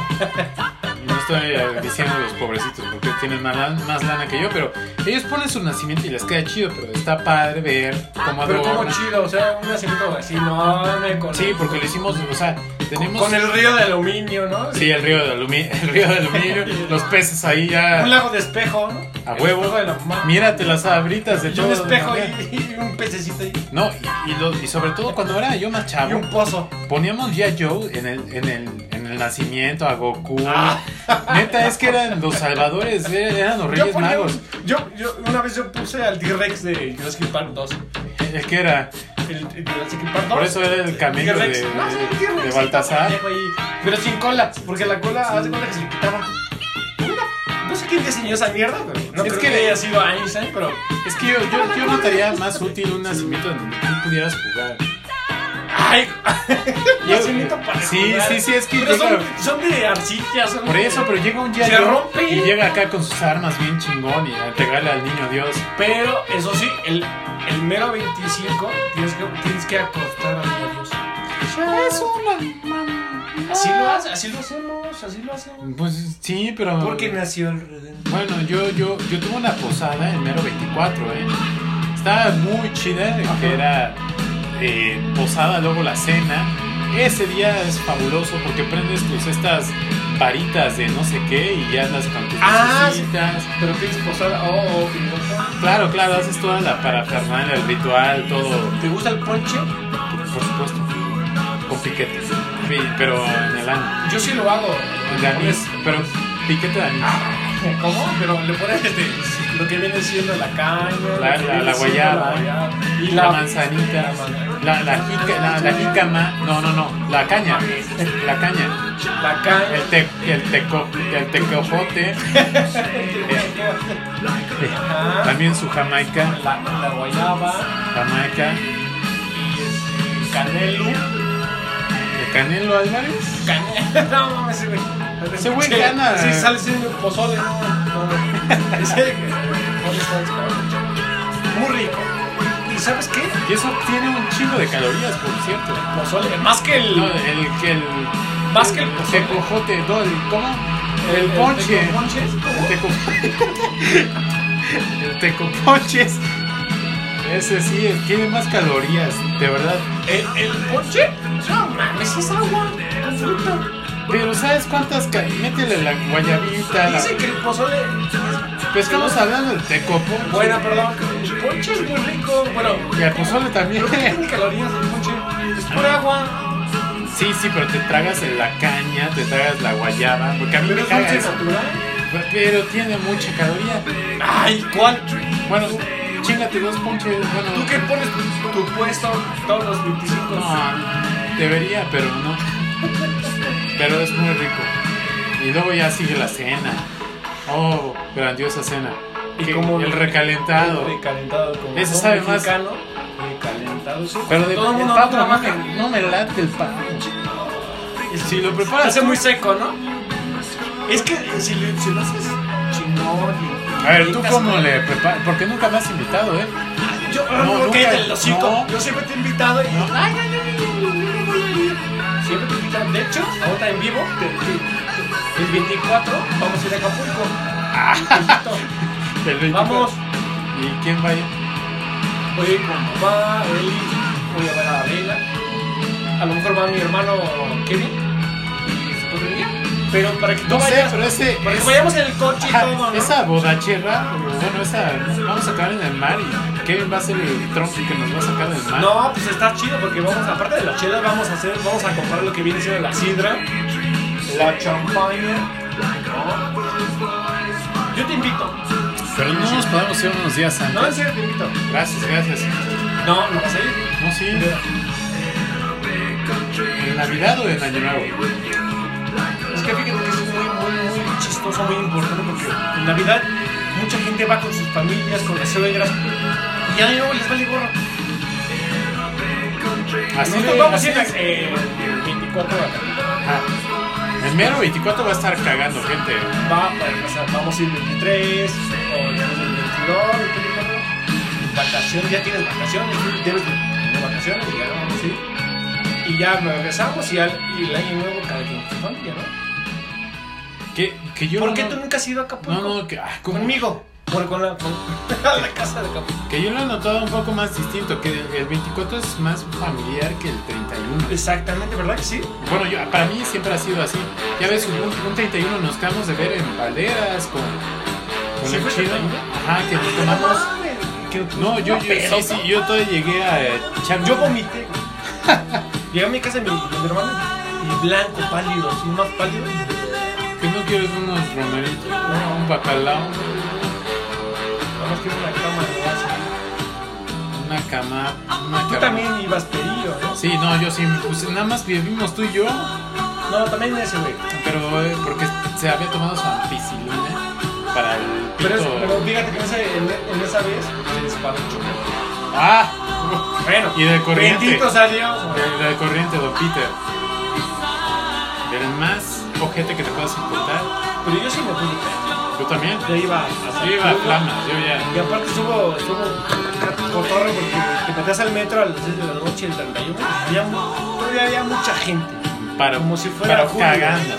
[SPEAKER 1] No estoy eh, diciendo los pobrecitos porque tienen más lana, más lana que yo, pero ellos ponen su nacimiento y les queda chido, pero está padre ver cómo
[SPEAKER 2] Pero como
[SPEAKER 1] adornan.
[SPEAKER 2] chido, o sea, un nacimiento así enorme con,
[SPEAKER 1] Sí, porque lo hicimos, o sea, tenemos...
[SPEAKER 2] con el río de aluminio, ¿no?
[SPEAKER 1] Sí, el río de aluminio, el río de aluminio, los peces ahí ya
[SPEAKER 2] Un lago de espejo, ¿no?
[SPEAKER 1] a
[SPEAKER 2] El
[SPEAKER 1] huevo.
[SPEAKER 2] espejo de la mamá.
[SPEAKER 1] Mírate las abritas de
[SPEAKER 2] Y
[SPEAKER 1] todo.
[SPEAKER 2] un espejo y, y un pececito ahí.
[SPEAKER 1] No, y, y, lo- y sobre todo cuando era yo más
[SPEAKER 2] Y
[SPEAKER 1] chavo,
[SPEAKER 2] un pozo.
[SPEAKER 1] poníamos ya Joe en el, en el, en el nacimiento, a Goku.
[SPEAKER 2] Ah.
[SPEAKER 1] Neta, es que eran los salvadores, eh, eran los Reyes
[SPEAKER 2] ponía
[SPEAKER 1] Magos.
[SPEAKER 2] un- yo, yo, una vez yo puse al T-Rex de Jurassic Park dos.
[SPEAKER 1] Es que era,
[SPEAKER 2] El, el Jurassic Park dos.
[SPEAKER 1] por eso era el camello de,
[SPEAKER 2] T-Rex. No, sí, el T-Rex,
[SPEAKER 1] de
[SPEAKER 2] sí,
[SPEAKER 1] Baltasar.
[SPEAKER 2] pendejo ahí. Pero sin cola, porque la cola hace cuenta que se le quitaba. Una- No sé quién diseñó esa mierda, pero no
[SPEAKER 1] Es
[SPEAKER 2] creo
[SPEAKER 1] que-
[SPEAKER 2] que haya sido Einstein, pero
[SPEAKER 1] Es que yo, yo, yo notaría más útil un nacimiento en donde tú pudieras jugar.
[SPEAKER 2] ¡ay!
[SPEAKER 1] Yo-
[SPEAKER 2] Nacimiento para
[SPEAKER 1] sí,
[SPEAKER 2] jugar.
[SPEAKER 1] sí, sí, es que
[SPEAKER 2] Pero
[SPEAKER 1] llega-
[SPEAKER 2] son, son de arcilla, son
[SPEAKER 1] Por
[SPEAKER 2] de-
[SPEAKER 1] eso, pero llega un día
[SPEAKER 2] Se
[SPEAKER 1] yo
[SPEAKER 2] rompe.
[SPEAKER 1] y llega acá con sus armas bien chingón y a entregarle al niño Dios.
[SPEAKER 2] Pero, eso sí, el, el mero veinticinco tienes que, tienes que acostar al niño Dios.
[SPEAKER 1] Es una
[SPEAKER 2] Así lo hace, así lo hacemos, así lo hacemos.
[SPEAKER 1] Pues sí, pero...
[SPEAKER 2] Porque nació el Redentor.
[SPEAKER 1] Bueno, yo, yo, yo tuve una posada en mero veinticuatro, ¿eh? Estaba muy chida, que era eh, posada, luego la cena. Ese día es fabuloso porque prendes tus estas varitas de no sé qué y ya andas con tus
[SPEAKER 2] Ah, sí.
[SPEAKER 1] lucecitas.
[SPEAKER 2] Pero qué esposada. Oh, oh, qué cosa.
[SPEAKER 1] Claro, claro, haces toda la parafernalia, el ritual, todo,
[SPEAKER 2] ¿Te gusta el ponche?
[SPEAKER 1] por supuesto, con piquete. Sí, pero en el ano,
[SPEAKER 2] Yo sí lo hago.
[SPEAKER 1] de anís, pero piquete de anís.
[SPEAKER 2] ¿Cómo? Pero le pones este, lo que viene siendo la caña,
[SPEAKER 1] La-
[SPEAKER 2] lo que
[SPEAKER 1] la-
[SPEAKER 2] viene
[SPEAKER 1] la
[SPEAKER 2] siendo
[SPEAKER 1] guayaba,
[SPEAKER 2] guayaba, y
[SPEAKER 1] La manzanita,
[SPEAKER 2] la,
[SPEAKER 1] la, la, jica, la, la jícama, no, no, no, la caña, la caña,
[SPEAKER 2] la caña,
[SPEAKER 1] el, te, el, teco, el tecojote,
[SPEAKER 2] Ajá.
[SPEAKER 1] también su jamaica,
[SPEAKER 2] la, la guayaba,
[SPEAKER 1] jamaica,
[SPEAKER 2] y este, canelo.
[SPEAKER 1] de Canelo Álvarez.
[SPEAKER 2] Caña. No mames, ese güey.
[SPEAKER 1] Ese güey
[SPEAKER 2] Che,
[SPEAKER 1] gana.
[SPEAKER 2] Sí, sale siendo pozole, no, no, no. Ese pozole está descarado. Muy rico. ¿Y sabes qué?
[SPEAKER 1] Y eso tiene un chingo de calorías, por cierto.
[SPEAKER 2] Pozole, más que el.
[SPEAKER 1] No, el que el,
[SPEAKER 2] Más que el pozole.
[SPEAKER 1] tecojote, no, el, ¿cómo? El ponche.
[SPEAKER 2] El ponche.
[SPEAKER 1] El teco... el tecoponches. Ese sí, tiene más calorías, de verdad.
[SPEAKER 2] ¿El, el ponche? No mames, es agua con fruta.
[SPEAKER 1] Pero ¿sabes cuántas? ca- Métele la guayabita. La...
[SPEAKER 2] Dicen que el pozole.
[SPEAKER 1] Pues estamos hablando del tecopo.
[SPEAKER 2] Bueno, perdón. El ponche es muy rico. Bueno,
[SPEAKER 1] Y el pozole también.
[SPEAKER 2] pero ¿qué tiene calorías el ponche? Es pura agua.
[SPEAKER 1] Sí, sí, pero te tragas la caña, te tragas la guayaba. Porque a mí
[SPEAKER 2] Pero
[SPEAKER 1] me
[SPEAKER 2] es
[SPEAKER 1] caga
[SPEAKER 2] dulce
[SPEAKER 1] eso.
[SPEAKER 2] natural.
[SPEAKER 1] Pero tiene mucha caloría.
[SPEAKER 2] Ay, ¿cuál?
[SPEAKER 1] Bueno, chingate dos ponches. Bueno,
[SPEAKER 2] ¿Tú qué pones tu, tu puesto todos los veinticinco?
[SPEAKER 1] No, debería, pero no. pero es muy rico. Y luego ya sigue la cena. Oh, grandiosa cena.
[SPEAKER 2] Y
[SPEAKER 1] Que-
[SPEAKER 2] como
[SPEAKER 1] el recalentado.
[SPEAKER 2] El recalentado como
[SPEAKER 1] Ese
[SPEAKER 2] todo
[SPEAKER 1] sabe más.
[SPEAKER 2] mexicano, recalentado. sí.
[SPEAKER 1] Pero de
[SPEAKER 2] todo el
[SPEAKER 1] el
[SPEAKER 2] mundo
[SPEAKER 1] pavo no
[SPEAKER 2] trabaja.
[SPEAKER 1] me, no me late el pavo. Si lo
[SPEAKER 2] Se
[SPEAKER 1] preparas
[SPEAKER 2] hace
[SPEAKER 1] tú-
[SPEAKER 2] muy seco, ¿no? Es que si, le- si lo haces chingón y...
[SPEAKER 1] A ver, ¿tú
[SPEAKER 2] y-
[SPEAKER 1] cómo le preparas? Porque nunca me has invitado, ¿eh?
[SPEAKER 2] Yo,
[SPEAKER 1] No,
[SPEAKER 2] no,
[SPEAKER 1] nunca-
[SPEAKER 2] cállate el hocico.
[SPEAKER 1] no.
[SPEAKER 2] Yo siempre te he invitado y...
[SPEAKER 1] No.
[SPEAKER 2] Ay, ay, ay, ay, ay, no voy a ir. Siempre te he invitado. De hecho, ahorita en vivo, te- te- el veinticuatro, vamos a ir a Acapulco.
[SPEAKER 1] Ah,
[SPEAKER 2] Te invito.
[SPEAKER 1] el veinticuatro.
[SPEAKER 2] Vamos.
[SPEAKER 1] ¿Y quién va a ir?
[SPEAKER 2] Voy a ir con papá, Eli, voy a ver a Adela. A lo mejor va mi hermano Kevin. Y su podría. Pero para que tú
[SPEAKER 1] No sé,
[SPEAKER 2] vayas,
[SPEAKER 1] pero ese.
[SPEAKER 2] para que
[SPEAKER 1] es-
[SPEAKER 2] vayamos en el coche y
[SPEAKER 1] Ajá,
[SPEAKER 2] todo, ¿no?
[SPEAKER 1] esa bodacherra, bueno, esa. Vamos a acabar en el mar y Kevin va a ser el tronco que nos va a sacar del mar.
[SPEAKER 2] No, pues está chido porque vamos, aparte de la chela, vamos a hacer, vamos a comprar lo que viene siendo la sidra, la champaña. ¿no? Yo te invito.
[SPEAKER 1] Pero no nos podemos ir unos días antes.
[SPEAKER 2] No, en serio te invito.
[SPEAKER 1] Gracias, gracias.
[SPEAKER 2] No, no vas a ir.
[SPEAKER 1] No, sí. ¿En Navidad o en Año Nuevo?
[SPEAKER 2] Es que fíjate que eso es muy, muy, muy chistoso, muy importante porque en Navidad mucha gente va con sus familias, con las suegras y ya no les vale gorro.
[SPEAKER 1] Así
[SPEAKER 2] Nosotros
[SPEAKER 1] de-
[SPEAKER 2] vamos a
[SPEAKER 1] así
[SPEAKER 2] ir
[SPEAKER 1] es.
[SPEAKER 2] eh, el veinticuatro de acá.
[SPEAKER 1] Ajá. El mero veinticuatro va a estar cagando gente.
[SPEAKER 2] Va, o sea, vamos a ir el veintitrés o el veintidós, el veinticuatro. Vacaciones, ya tienes vacaciones, debes de tener vacaciones y ya vamos a ir. Y ya regresamos y, al, y el año nuevo cada quien con su familia, ¿no?
[SPEAKER 1] Que, que yo
[SPEAKER 2] ¿Por
[SPEAKER 1] no-
[SPEAKER 2] qué tú nunca has ido a Acapulco?
[SPEAKER 1] No, no, que, ah, ¿cómo?
[SPEAKER 2] Conmigo. Por, con la, con, a la casa de Acapulco.
[SPEAKER 1] Que yo lo he notado un poco más distinto, que el veinticuatro es más familiar que el treinta y uno.
[SPEAKER 2] Exactamente, ¿verdad que sí?
[SPEAKER 1] Bueno, yo, para mí siempre ha sido así. Ya ves, un, un treinta y uno nos quedamos de ver en Valderas con, con
[SPEAKER 2] ¿Sí
[SPEAKER 1] el
[SPEAKER 2] fue
[SPEAKER 1] chino.
[SPEAKER 2] treinta y uno?
[SPEAKER 1] Ajá, que nos tomamos.
[SPEAKER 2] Que-
[SPEAKER 1] No, yo,
[SPEAKER 2] una
[SPEAKER 1] yo,
[SPEAKER 2] pedota.
[SPEAKER 1] sí, sí, yo todavía llegué a eh, echar.
[SPEAKER 2] Yo vomité. Llegué a mi casa de mi, de mi hermano y blanco, pálido, así más pálido.
[SPEAKER 1] Que no quieres unos romeritos, no, un bacalao,
[SPEAKER 2] Nada más quiero una cama de así.
[SPEAKER 1] una cama, una
[SPEAKER 2] Tú
[SPEAKER 1] cama.
[SPEAKER 2] también ibas perillo, ¿no?
[SPEAKER 1] Sí, no, yo sí, pues nada más vivimos tú y yo,
[SPEAKER 2] No, también ese, güey.
[SPEAKER 1] pero eh, porque se había tomado su ampicilina para el
[SPEAKER 2] Pero, es-
[SPEAKER 1] pito.
[SPEAKER 2] pero fíjate que en, ese, en, en esa vez se disparó un choque.
[SPEAKER 1] Ah,
[SPEAKER 2] Bueno,
[SPEAKER 1] y de corriente.
[SPEAKER 2] bendito salió.
[SPEAKER 1] De, de corriente, don Peter. Del más ojete que te puedas encontrar.
[SPEAKER 2] Pero yo sí me pude caer.
[SPEAKER 1] Yo también.
[SPEAKER 2] Ya iba a
[SPEAKER 1] Yo iba a flamas, yo ya.
[SPEAKER 2] Y aparte estuvo, estuvo cotorro porque te metías al metro a las seis de la noche, el treinta y uno, y había, mu- todavía había mucha gente.
[SPEAKER 1] Para,
[SPEAKER 2] Como si fuera
[SPEAKER 1] para
[SPEAKER 2] julio.
[SPEAKER 1] cagando.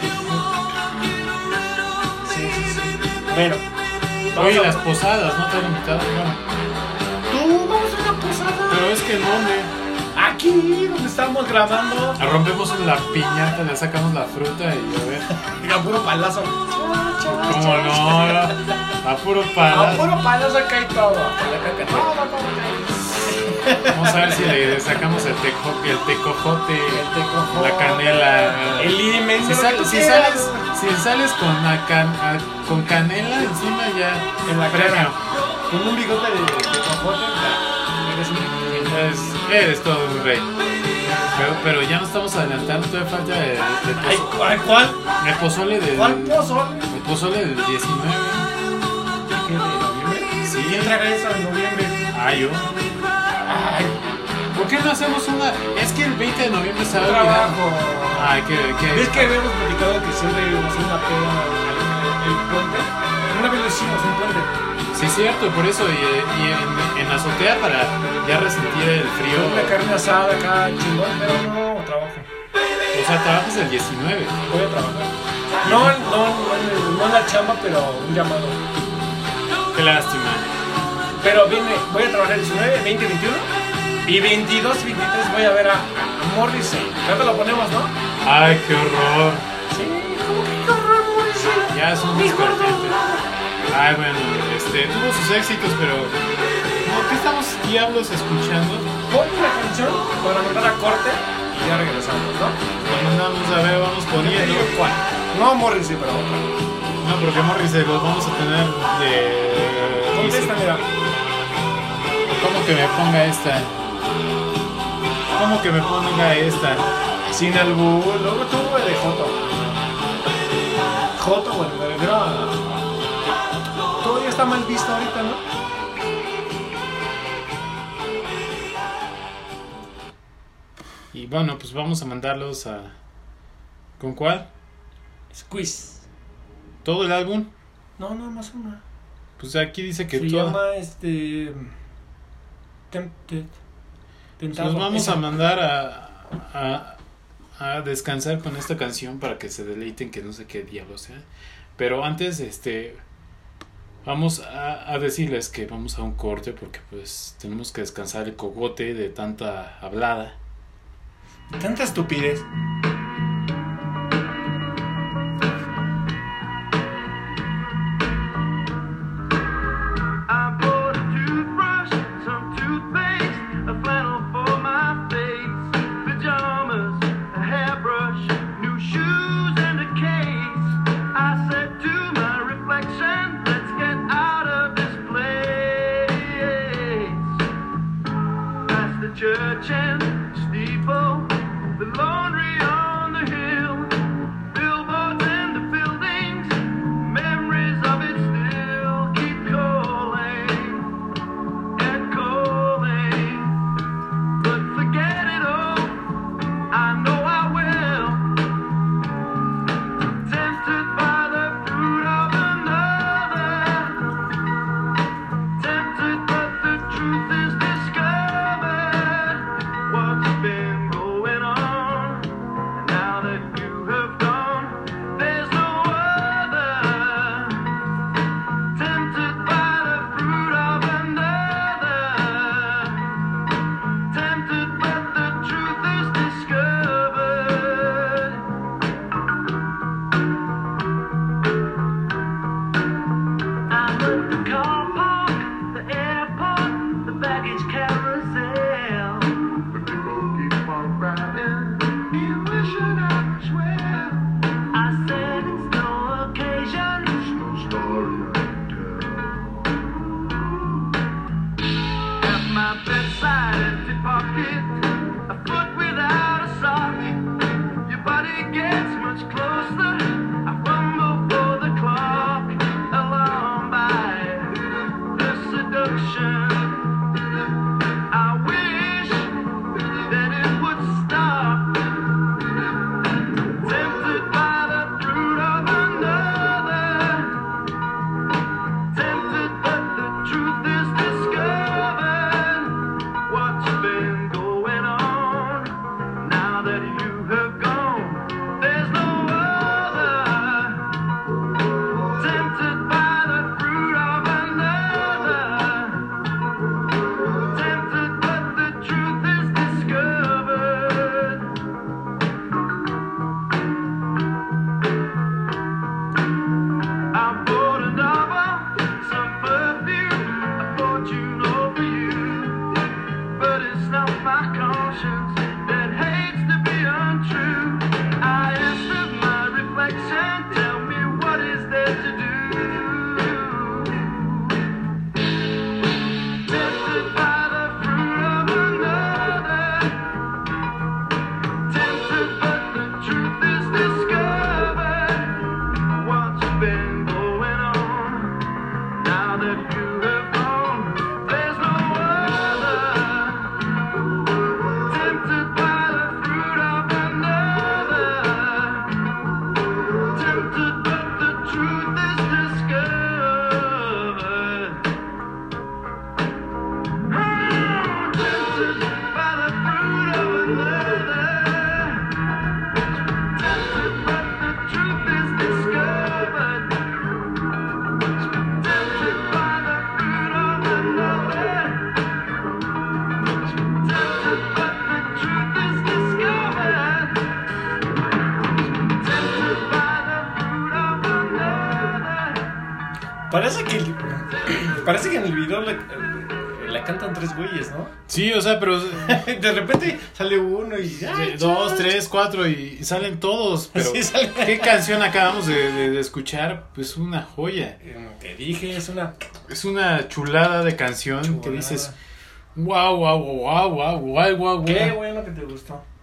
[SPEAKER 2] Sí, sí, sí. Bueno,
[SPEAKER 1] Oye,
[SPEAKER 2] a-
[SPEAKER 1] las posadas, ¿no te han invitado? Bueno,
[SPEAKER 2] Tú, vamos a una posada.
[SPEAKER 1] pero es que no, hombre.
[SPEAKER 2] Aquí, donde estamos grabando.
[SPEAKER 1] Rompemos la piñata, le sacamos la fruta y a ver.
[SPEAKER 2] Diga, puro palazo.
[SPEAKER 1] ¿Cómo no? A puro
[SPEAKER 2] A
[SPEAKER 1] palazo.
[SPEAKER 2] puro palazo acá y todo. Todo, todo cae.
[SPEAKER 1] Vamos a ver si le sacamos el, teco, el tecojote,
[SPEAKER 2] El tecojote,
[SPEAKER 1] la canela.
[SPEAKER 2] El limen.
[SPEAKER 1] Si,
[SPEAKER 2] lo que
[SPEAKER 1] sal-
[SPEAKER 2] tú
[SPEAKER 1] si
[SPEAKER 2] quieras.
[SPEAKER 1] sales, si sales con, la can- a- con canela encima ya.
[SPEAKER 2] En la
[SPEAKER 1] premio.
[SPEAKER 2] cara. Con un bigote de, de cojote, ya, eres un
[SPEAKER 1] Eres, eres todo un rey. Pero, pero ya no estamos adelantando, todavía falta el, el,
[SPEAKER 2] Ay,
[SPEAKER 1] pozo-
[SPEAKER 2] ay, ¿cuál?
[SPEAKER 1] el pozole del.
[SPEAKER 2] ¿Cuál pozole?
[SPEAKER 1] El pozole del diecinueve.
[SPEAKER 2] ¿Qué, de noviembre?
[SPEAKER 1] Sí.
[SPEAKER 2] ¿Quién traga eso en noviembre?
[SPEAKER 1] Ah, yo.
[SPEAKER 2] Ay,
[SPEAKER 1] ¿Por qué no hacemos una? Es que el veinte de noviembre se va a olvidar.
[SPEAKER 2] trabajo.
[SPEAKER 1] Ay, que. que
[SPEAKER 2] ¿Ves que habíamos platicado que siempre íbamos a hacer una peda en el puente? Una vez lo hicimos, un puente.
[SPEAKER 1] Sí, cierto, por eso. Y, y en, en azotea para ya resentir el frío.
[SPEAKER 2] Una carne asada acá, chingón, pero no trabajo.
[SPEAKER 1] O sea, trabajas el diecinueve.
[SPEAKER 2] Voy a trabajar. No, no, no, no en la chamba, pero un llamado.
[SPEAKER 1] Qué lástima.
[SPEAKER 2] Pero vine, voy a trabajar el diecinueve, veinte, veintiuno y veintidós y veintitrés voy a ver a, a Morrissey. Ya te lo ponemos, ¿no?
[SPEAKER 1] Ay, qué horror.
[SPEAKER 2] Sí, ¿cómo que qué horror, Morrissey?
[SPEAKER 1] Ya es un
[SPEAKER 2] Mi gordo.
[SPEAKER 1] descargante. Ay, bueno, este, tuvo sus éxitos, pero. ¿No? ¿Qué estamos diablos escuchando?
[SPEAKER 2] Pon una canción para mandar a corte y ya regresamos, ¿no?
[SPEAKER 1] Nos mandamos a ver, vamos
[SPEAKER 2] Yo te
[SPEAKER 1] poniendo.
[SPEAKER 2] digo cuál. No Morrissey, pero otra.
[SPEAKER 1] No, porque Morris se los vamos a tener de.
[SPEAKER 2] Contesta, mira.
[SPEAKER 1] ¿Cómo que me ponga esta? ¿Cómo que me ponga esta?
[SPEAKER 2] Sin albur, luego tuvo de Joto. Joto, bueno, me refiero a... Todavía está mal visto ahorita, ¿no?
[SPEAKER 1] Y bueno, pues vamos a mandarlos a... ¿Con cuál?
[SPEAKER 2] Squeeze.
[SPEAKER 1] ¿Todo el álbum?
[SPEAKER 2] No, no, más una.
[SPEAKER 1] Pues aquí dice que
[SPEAKER 2] Se
[SPEAKER 1] toda...
[SPEAKER 2] llama este... Tempted. Tentado.
[SPEAKER 1] Nos vamos
[SPEAKER 2] Esa.
[SPEAKER 1] a mandar a, a, a descansar con esta canción para que se deleiten, que no sé qué diablos sea. Pero antes, este... Vamos a, a decirles que vamos a un corte porque pues tenemos que descansar el cogote de tanta hablada.
[SPEAKER 2] Tanta estupidez.
[SPEAKER 3] I bought a toothbrush, some toothpaste, a flannel for my face, pajamas, a hairbrush, new shoes and a case. I said to my reflection, let's get out of this place. Past the church and steeple, the laundry on the hill, billboards and the buildings, memories of it still keep calling and calling. But forget it all, I know I will. Tempted by the fruit of another, tempted but the truth is discovered. What's been going on? Now that you have gone, there's no other. Tempted by the fruit of another, tempted but the truth is discovered. I'm at the car park, the airport, the baggage carousel. But people keep on riding, you wishing I was well. I said it's no occasion, it's no story I can tell. At my bedside, empty pocket, a foot without a sock. Your body gets much closer, I fumble for the clock. Alarmed by the seduction, I wish that it would stop. Tempted by the fruit of another, tempted but the truth is discovered. What's been going on? Now that you have gone, there's no other. Tempted by the fruit of another, tempted but the truth is discovered. I bought a novel, some perfume, a fortune over you. But it's not my conscience that hates to be untrue. I asked of my reflection, tell me what is there to do. Tempted by the fruit of another, tempted but the truth is discovered. What's been going on? Now that you have gone, there's no other. Tempted by the fruit of another, tempted but the truth is discovered. Oh, tempted by the fruit of another, tempted but the truth is discovered. Tempted by the fruit of another, tempted but the truth is discovered. Tempted by the fruit of another.
[SPEAKER 2] Parece que el- parece que en el video le, la cantan tres güeyes, ¿no?
[SPEAKER 1] Sí, o sea, pero...
[SPEAKER 2] De repente sale uno y
[SPEAKER 1] eh, dos, tres, cuatro y, y salen todos. Pero
[SPEAKER 2] Sí, salen.
[SPEAKER 1] ¿qué canción acabamos de, de- de escuchar? Pues una joya.
[SPEAKER 2] Te dije, es una
[SPEAKER 1] Es una chulada de canción que
[SPEAKER 2] chulada.
[SPEAKER 1] dices... Wow, wow, wow, wow, wow, wow, wow.
[SPEAKER 2] Qué bueno que te gustó.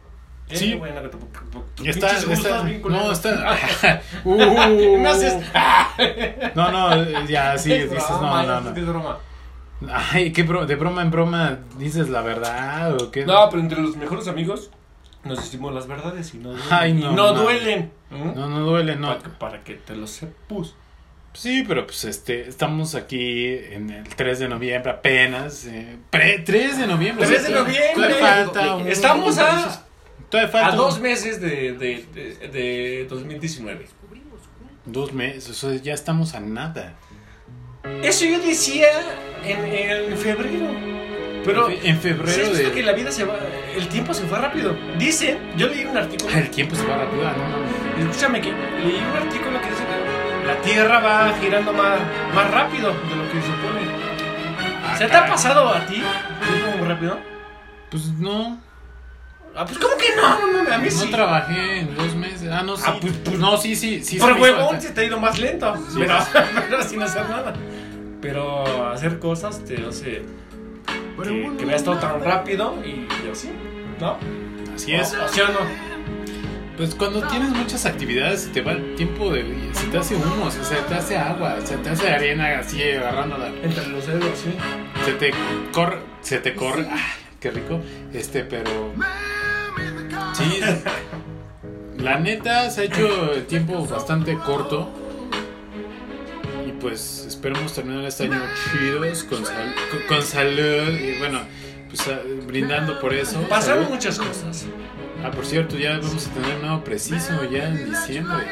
[SPEAKER 2] Eh,
[SPEAKER 1] Sí.
[SPEAKER 2] Bueno, tu, tu, tu
[SPEAKER 1] Está,
[SPEAKER 2] pinches gustos
[SPEAKER 1] está,
[SPEAKER 2] bien culeros.
[SPEAKER 1] no, está. uh,
[SPEAKER 2] Me haces.
[SPEAKER 1] No, no, ya sí,
[SPEAKER 2] Es
[SPEAKER 1] dices,
[SPEAKER 2] broma,
[SPEAKER 1] no, no,
[SPEAKER 2] es
[SPEAKER 1] no.
[SPEAKER 2] broma.
[SPEAKER 1] Ay, ¿qué bro- de broma en broma dices la verdad o qué?
[SPEAKER 2] No, pero entre los mejores amigos nos decimos las verdades y no duelen.
[SPEAKER 1] Ay,
[SPEAKER 2] y
[SPEAKER 1] no,
[SPEAKER 2] no
[SPEAKER 1] man.
[SPEAKER 2] duelen. ¿Mm?
[SPEAKER 1] No, no duele, no.
[SPEAKER 2] Para, que, para que te lo sepas.
[SPEAKER 1] Sí, pero pues este, estamos aquí en el tres de noviembre apenas. Eh, pre, tres de noviembre.
[SPEAKER 2] tres
[SPEAKER 1] o sea,
[SPEAKER 2] de
[SPEAKER 1] todavía-
[SPEAKER 2] noviembre.
[SPEAKER 1] Todavía falta un-
[SPEAKER 2] Estamos a,
[SPEAKER 1] Todavía falta
[SPEAKER 2] a
[SPEAKER 1] un-
[SPEAKER 2] dos meses de, de, de, de dos mil diecinueve.
[SPEAKER 1] Dos meses, o sea, ya estamos a nada.
[SPEAKER 2] Eso yo decía en, en febrero. Pero
[SPEAKER 1] En fe- en febrero
[SPEAKER 2] ¿sí has visto
[SPEAKER 1] de-
[SPEAKER 2] que la vida se va, el tiempo se fue rápido? Dicen, yo leí un artículo.
[SPEAKER 1] El tiempo se va rápido, ah, no mames.
[SPEAKER 2] Escúchame que leí un artículo que dice que la Tierra va girando más, más rápido de lo que se supone.
[SPEAKER 1] Ah,
[SPEAKER 2] ¿Se te ha
[SPEAKER 1] caray.
[SPEAKER 2] pasado a ti? ¿Tiempo muy rápido?
[SPEAKER 1] Pues no.
[SPEAKER 2] Ah, pues ¿cómo que no? No, no, a mí
[SPEAKER 1] No
[SPEAKER 2] sí.
[SPEAKER 1] trabajé en dos meses. Ah, no, sí.
[SPEAKER 2] Ah, pues- pues-
[SPEAKER 1] no, sí, sí, sí.
[SPEAKER 2] Por
[SPEAKER 1] se me hizo
[SPEAKER 2] huevón
[SPEAKER 1] hasta-
[SPEAKER 2] se te ha ido más lento.
[SPEAKER 1] Sí.
[SPEAKER 2] Pero, pero sin hacer nada. Pero hacer cosas te hace que, que veas todo tan rápido y, y así, ¿no?
[SPEAKER 1] Así es.
[SPEAKER 2] ¿O, o sí o no?
[SPEAKER 1] Pues cuando tienes muchas actividades, se te va el tiempo de. Se te hace humo, o sea, se te hace agua, se te hace arena así agarrándola.
[SPEAKER 2] Entre los dedos, sí.
[SPEAKER 1] Se te corre, se te corre. ¡Ay, qué rico! Este, pero. Sí. La neta se ha hecho el tiempo bastante corto. Y pues esperemos terminar este año chidos, con, sal- con, con salud. Y bueno, pues ah, brindando por eso.
[SPEAKER 2] Pasaron
[SPEAKER 1] Salud.
[SPEAKER 2] muchas cosas.
[SPEAKER 1] Ah, por cierto, ya vamos a tener un nuevo preciso ya en diciembre.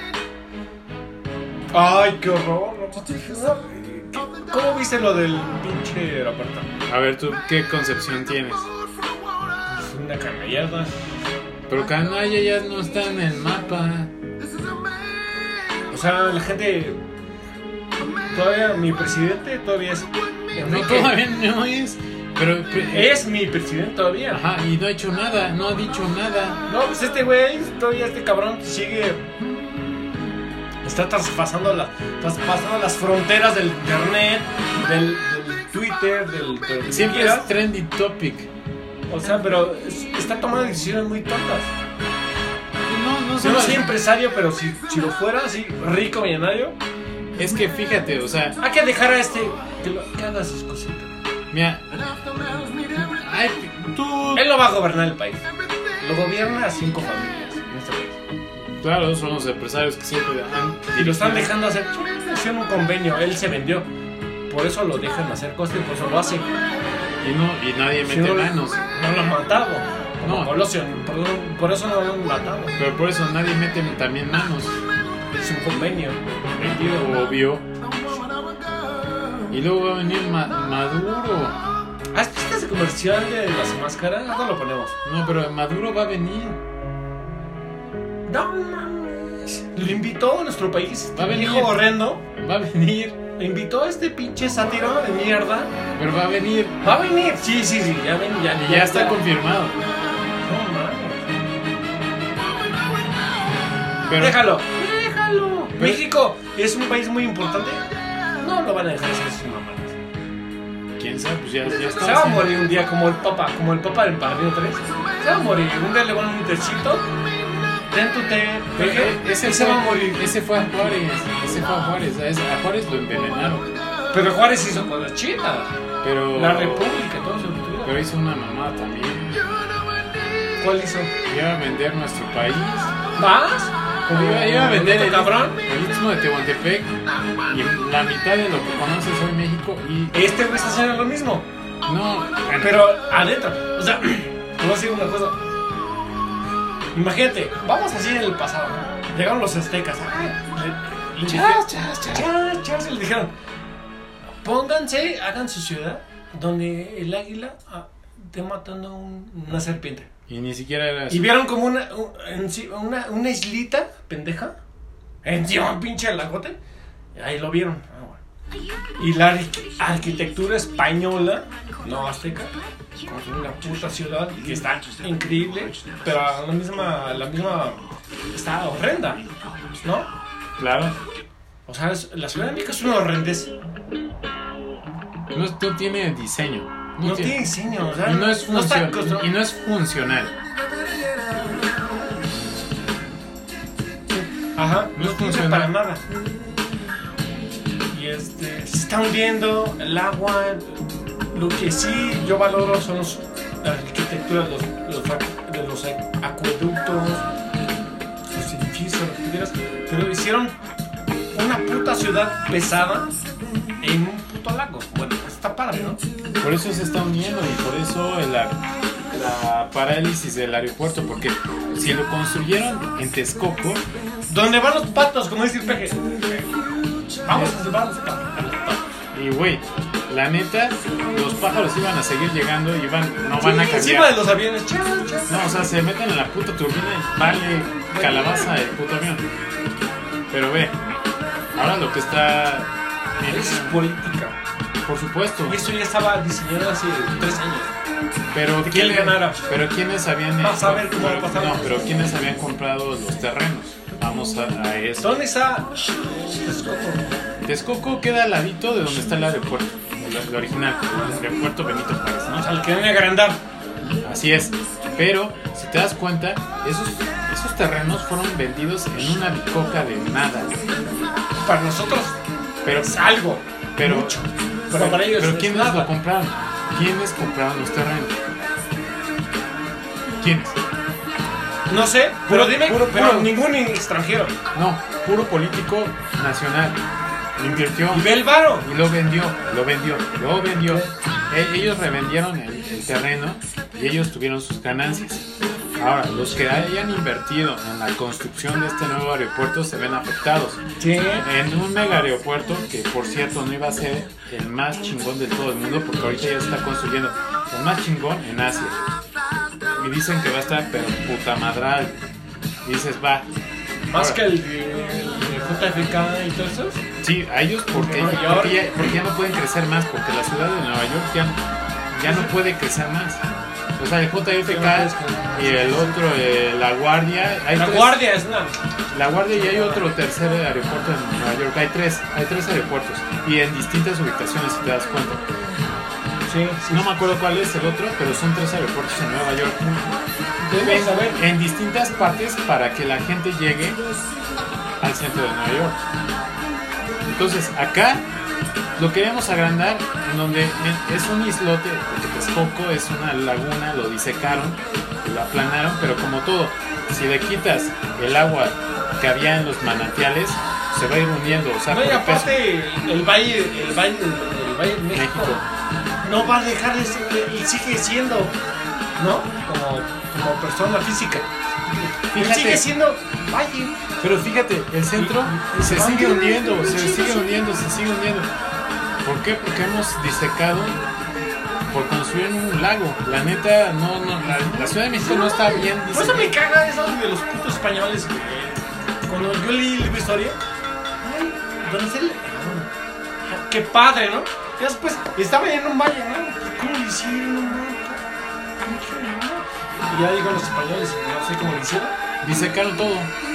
[SPEAKER 2] Ay, qué horror. ¿Cómo viste lo del pinche aeropuerto?
[SPEAKER 1] A ver, ¿tú qué concepción tienes?
[SPEAKER 2] Pues una canallada.
[SPEAKER 1] Pero Canalla ya no está en el mapa.
[SPEAKER 2] O sea, la gente. Todavía, mi presidente todavía es.
[SPEAKER 1] No,
[SPEAKER 2] Enrique.
[SPEAKER 1] todavía no es. Pero.
[SPEAKER 2] Es mi presidente todavía.
[SPEAKER 1] Ajá, y no ha hecho nada, no ha dicho nada.
[SPEAKER 2] No, pues este güey, todavía este cabrón sigue. Está traspasando, la, traspasando las fronteras del internet, del, del Twitter, del. de lo que
[SPEAKER 1] Siempre
[SPEAKER 2] quieras.
[SPEAKER 1] es trendy topic.
[SPEAKER 2] O sea, pero es- está tomando decisiones muy tontas.
[SPEAKER 1] No, no
[SPEAKER 2] Yo
[SPEAKER 1] solo
[SPEAKER 2] no soy empresario, pero si, si lo fuera, así, rico, millonario,
[SPEAKER 1] Es que fíjate, o sea,
[SPEAKER 2] hay que dejar a este que, lo, que haga sus cositas.
[SPEAKER 1] mira. Ay, tú.
[SPEAKER 2] Él no va a gobernar el país. Lo gobierna a cinco familias en este país.
[SPEAKER 1] Claro, son los empresarios que siempre han.
[SPEAKER 2] Y lo están dejando hacer. Hicieron un convenio, él se vendió. Por eso lo dejan hacer cosas y por eso lo hacen.
[SPEAKER 1] Y, no, y nadie
[SPEAKER 2] Si
[SPEAKER 1] mete
[SPEAKER 2] no,
[SPEAKER 1] manos.
[SPEAKER 2] no lo han matado. Como
[SPEAKER 1] No.
[SPEAKER 2] Colosio, por, por eso no lo han matado.
[SPEAKER 1] Pero por eso nadie mete también manos.
[SPEAKER 2] Es un convenio. Vendido.
[SPEAKER 1] Obvio. Y luego va a venir Ma- Maduro.
[SPEAKER 2] ¿Has visto ese comercial de las máscaras? ¿Dónde lo ponemos?
[SPEAKER 1] No, pero Maduro va a venir.
[SPEAKER 2] No mames. Lo invitó a nuestro país.
[SPEAKER 1] Va a venir.
[SPEAKER 2] Viejo horrendo.
[SPEAKER 1] Va a venir.
[SPEAKER 2] Lo invitó a este pinche sátiro de mierda.
[SPEAKER 1] Pero va a venir.
[SPEAKER 2] Va a venir. Sí, sí, sí. Ya ven, ya,
[SPEAKER 1] Y ya está confirmado.
[SPEAKER 2] No mames.
[SPEAKER 1] Pero,
[SPEAKER 2] Déjalo. Déjalo.
[SPEAKER 1] Pero-
[SPEAKER 2] México es un país muy importante. No lo van a dejar hacer sus mamadas.
[SPEAKER 1] quién sabe, pues ya, ya está.
[SPEAKER 2] Se va a
[SPEAKER 1] haciendo-
[SPEAKER 2] morir un día como el Papa, como el Papa del Padrino tres. Se va a morir. Un día le van a un tecito. Ten tu té.
[SPEAKER 1] Pero,
[SPEAKER 2] peje,
[SPEAKER 1] eh, ese,
[SPEAKER 2] y se
[SPEAKER 1] fue,
[SPEAKER 2] va a morir.
[SPEAKER 1] ese fue a Juárez. Ese fue a Juárez. A, ese- a Juárez lo envenenaron.
[SPEAKER 2] Pero Juárez hizo cosas chidas.
[SPEAKER 1] Pero.
[SPEAKER 2] La República, todo eso.
[SPEAKER 1] Pero hizo una mamá también.
[SPEAKER 2] ¿Cuál hizo?
[SPEAKER 1] Iba a vender nuestro país.
[SPEAKER 2] ¿Vas? Como
[SPEAKER 1] Iba, iba a vender el,
[SPEAKER 2] cabrón.
[SPEAKER 1] el istmo de Tehuantepec. Y la mitad de lo que conoces hoy México. Y.
[SPEAKER 2] Este güey está haciendo lo mismo.
[SPEAKER 1] No.
[SPEAKER 2] Pero adentro. O sea, te voy a decir una cosa. Imagínate, vamos así en el pasado. ¿No? Llegaron los aztecas. Ay, le- le dijeron-
[SPEAKER 1] Chas, chas, chas.
[SPEAKER 2] Chas, chas, y le dijeron: pónganse, hagan su ciudad donde el águila ah, esté matando un- una serpiente.
[SPEAKER 1] Y ni siquiera era
[SPEAKER 2] Y
[SPEAKER 1] así.
[SPEAKER 2] vieron como una, un- enci- una, una islita pendeja encima un pinche lagote. Ahí lo vieron. Ah, bueno. Y la arqu- arquitectura española, no azteca, como una puta ciudad que está increíble, pero a la misma, la misma está horrenda, ¿no?
[SPEAKER 1] Claro.
[SPEAKER 2] O sea, es- la Ciudad de México es una horrendez.
[SPEAKER 1] No, no tiene diseño.
[SPEAKER 2] No tiene diseño, o sea,
[SPEAKER 1] Y no es,
[SPEAKER 2] no está
[SPEAKER 1] funcio-
[SPEAKER 2] constru-
[SPEAKER 1] y no es funcional.
[SPEAKER 2] Ajá,
[SPEAKER 1] No
[SPEAKER 2] no funciona
[SPEAKER 1] funciona.
[SPEAKER 2] para nada. Y este, se está hundiendo el agua. Lo que sí yo valoro son los, la arquitectura de los, los, acu- de los acueductos, los edificios, lo que tú quieras. Pero hicieron una puta ciudad pesada en un puto lago. Bueno, está padre, ¿no?
[SPEAKER 1] Por eso se está hundiendo y por eso la, la parálisis del aeropuerto, porque si lo construyeron en Texcoco,
[SPEAKER 2] Donde van los patos, como dice el peje. Vamos a salvar a los patos.
[SPEAKER 1] y güey, la neta, los pájaros iban a seguir llegando y van, no van a
[SPEAKER 2] Sí,
[SPEAKER 1] cambiar.
[SPEAKER 2] encima de los aviones. Chao, chao.
[SPEAKER 1] No, o sea, se meten en la puta turbina y vale calabaza el puto avión. Pero ve, ahora lo que está...
[SPEAKER 2] Eso es política.
[SPEAKER 1] Por supuesto.
[SPEAKER 2] Y eso ya estaba diseñado hace tres años.
[SPEAKER 1] Pero
[SPEAKER 2] ¿De quién
[SPEAKER 1] ¿quién-
[SPEAKER 2] ganara?
[SPEAKER 1] Pero quiénes habían
[SPEAKER 2] Vas a ver cómo
[SPEAKER 1] pero-
[SPEAKER 2] va a pasar.
[SPEAKER 1] No, pero quiénes habían comprado los terrenos. Vamos a, a eso.
[SPEAKER 2] ¿Dónde está Texcoco?
[SPEAKER 1] Texcoco queda al ladito de donde está el aeropuerto, el, el original, el aeropuerto Benito Juárez,
[SPEAKER 2] O
[SPEAKER 1] ¿no?
[SPEAKER 2] sea, el que viene a agrandar.
[SPEAKER 1] Así es. Pero si te das cuenta, esos esos terrenos fueron vendidos en una bicoca de nada.
[SPEAKER 2] Para nosotros
[SPEAKER 1] Pero
[SPEAKER 2] es algo.
[SPEAKER 1] pero
[SPEAKER 2] mucho. Pero para ellos
[SPEAKER 1] pero
[SPEAKER 2] es
[SPEAKER 1] ¿quiénes
[SPEAKER 2] nada.
[SPEAKER 1] lo compraron? ¿Quiénes compraron los terrenos? ¿Quiénes?
[SPEAKER 2] No sé, pero
[SPEAKER 1] Puro-
[SPEAKER 2] dime,
[SPEAKER 1] puro-
[SPEAKER 2] pero
[SPEAKER 1] puro.
[SPEAKER 2] ningún extranjero.
[SPEAKER 1] No, puro político nacional. Invirtió
[SPEAKER 2] Y ve el varo.
[SPEAKER 1] y lo vendió, lo vendió, lo vendió. E- ellos revendieron el, el terreno y ellos tuvieron sus ganancias. Ahora, los que hayan invertido en la construcción de este nuevo aeropuerto se ven afectados.
[SPEAKER 2] Sí.
[SPEAKER 1] En un mega aeropuerto que, por cierto, no iba a ser el más chingón de todo el mundo, porque ahorita ya se está construyendo el más chingón en Asia. Y dicen que va a estar, pero puta madral. Y dices, va.
[SPEAKER 2] Más
[SPEAKER 1] Ahora,
[SPEAKER 2] que el, el J F K y todo eso.
[SPEAKER 1] Sí, a ellos porque,
[SPEAKER 2] Nueva York.
[SPEAKER 1] porque, ya, porque ya no pueden crecer más, porque la ciudad de Nueva York ya, ya no puede crecer más. O sea, el J F K y el otro, eh, La Guardia. Hay
[SPEAKER 2] La
[SPEAKER 1] tres-
[SPEAKER 2] guardia es una.
[SPEAKER 1] La Guardia y hay otro tercer aeropuerto en Nueva York. Hay tres, hay tres aeropuertos y en distintas ubicaciones, si te das cuenta.
[SPEAKER 2] Sí, sí.
[SPEAKER 1] No me acuerdo cuál es el otro, pero son tres aeropuertos en Nueva York.
[SPEAKER 2] Debemos saber.
[SPEAKER 1] En distintas partes para que la gente llegue al centro de Nueva York. Entonces, acá lo queremos agrandar en donde en- es un islote, porque Texcoco es una laguna, lo disecaron, lo aplanaron, pero como todo, si le quitas el agua que había en los manantiales, se va a ir hundiendo, o sea,
[SPEAKER 2] No, y
[SPEAKER 1] por el peso.
[SPEAKER 2] aparte, el, el valle, el valle, el valle de México,
[SPEAKER 1] México.
[SPEAKER 2] no va a dejar de ser, y sigue siendo, ¿no? Como, como persona física. Él
[SPEAKER 1] Fíjate.
[SPEAKER 2] sigue siendo valle.
[SPEAKER 1] Pero fíjate, el centro
[SPEAKER 2] Y- y
[SPEAKER 1] se
[SPEAKER 2] se
[SPEAKER 1] sigue
[SPEAKER 2] van
[SPEAKER 1] hundiendo,
[SPEAKER 2] hundiendo,
[SPEAKER 1] se
[SPEAKER 2] sí,
[SPEAKER 1] sigue
[SPEAKER 2] sí.
[SPEAKER 1] hundiendo, se sigue hundiendo. ¿Por qué? Porque hemos disecado por construir un lago. La neta, no, no, la, la Ciudad de México no está bien
[SPEAKER 2] Por eso me
[SPEAKER 1] disecada.
[SPEAKER 2] caga eso de los putos españoles que cuando yo leí el libro de historia, ay, ¿dónde está el? Ah, qué padre, ¿no? Y después estaba en un valle, ¿no? ¿Cómo lo hicieron? No, pinche, ¿no? Y ya digo los españoles, no sé cómo lo hicieron.
[SPEAKER 1] Disecaron todo.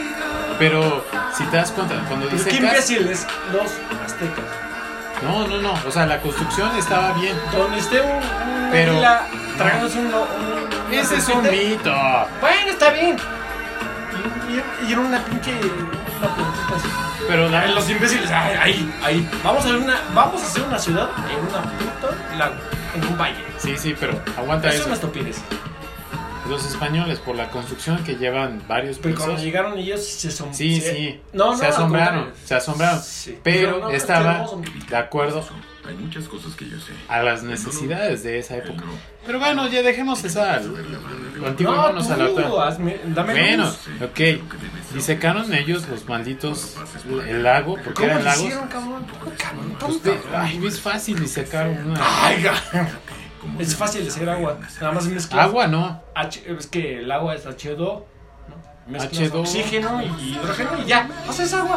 [SPEAKER 1] Pero si te das cuenta, cuando
[SPEAKER 2] Pero qué
[SPEAKER 1] disecas.
[SPEAKER 2] imbéciles los aztecas.
[SPEAKER 1] No, no, no. O sea, la construcción estaba bien.
[SPEAKER 2] Donde esté un, un
[SPEAKER 1] Pero-
[SPEAKER 2] águila tragándose un, un, una
[SPEAKER 1] Ese es un
[SPEAKER 2] serpiente.
[SPEAKER 1] mito.
[SPEAKER 2] Bueno, está bien. Y, y, y era una pinche una puntita así.
[SPEAKER 1] Pero la,
[SPEAKER 2] Los imbéciles, ay, ahí, ahí. Vamos a hacer una, vamos a hacer una ciudad en una puta lago, en un valle.
[SPEAKER 1] Sí, sí, pero aguanta
[SPEAKER 2] Eso es
[SPEAKER 1] eso.
[SPEAKER 2] una estupidez.
[SPEAKER 1] Los españoles, por la construcción que llevan varios
[SPEAKER 2] Pero cuando
[SPEAKER 1] pisos.
[SPEAKER 2] llegaron ellos se son
[SPEAKER 1] Sí, sí.
[SPEAKER 2] No, no,
[SPEAKER 1] se
[SPEAKER 2] al
[SPEAKER 1] asombraron,
[SPEAKER 2] contrario.
[SPEAKER 1] se asombraron.
[SPEAKER 2] Sí.
[SPEAKER 1] Pero
[SPEAKER 2] Dijeron, no, qué
[SPEAKER 1] estaba
[SPEAKER 2] hermoso.
[SPEAKER 1] de acuerdo
[SPEAKER 4] Hay muchas cosas que yo sé.
[SPEAKER 1] a las necesidades de esa época. Pero bueno, ya dejemos esa. Lo antiguo,
[SPEAKER 2] No,
[SPEAKER 1] vámonos a la
[SPEAKER 2] tú,
[SPEAKER 1] otra.
[SPEAKER 2] hazme, dame
[SPEAKER 1] Bueno,
[SPEAKER 2] luz.
[SPEAKER 1] ok. Disecaron ellos los malditos el lago, porque
[SPEAKER 2] ¿Cómo
[SPEAKER 1] eran
[SPEAKER 2] lo
[SPEAKER 1] lagos.
[SPEAKER 2] hicieron, cabrón? Cabrón,
[SPEAKER 1] Pues,
[SPEAKER 2] tonto.
[SPEAKER 1] ve- ay, es fácil disecar una.
[SPEAKER 2] Ay, ga- es fácil de hacer agua. Nada más mezclas.
[SPEAKER 1] Agua no.
[SPEAKER 2] H, es que el agua es H dos, ¿no? Mezclas
[SPEAKER 1] H dos.
[SPEAKER 2] oxígeno y hidrógeno y ya, haces agua.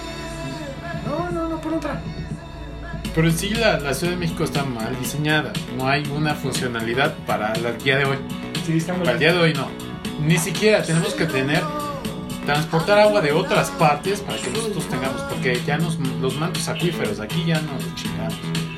[SPEAKER 2] No, no, no, por otra.
[SPEAKER 1] Pero sí, la, la Ciudad de México está mal diseñada. No hay una funcionalidad para el día de hoy.
[SPEAKER 2] Sí, está muy
[SPEAKER 1] Para el día de hoy no. Ni siquiera tenemos que tener transportar agua de otras partes para que nosotros tengamos, porque ya nos, los mantos acuíferos de aquí ya nos los chingamos.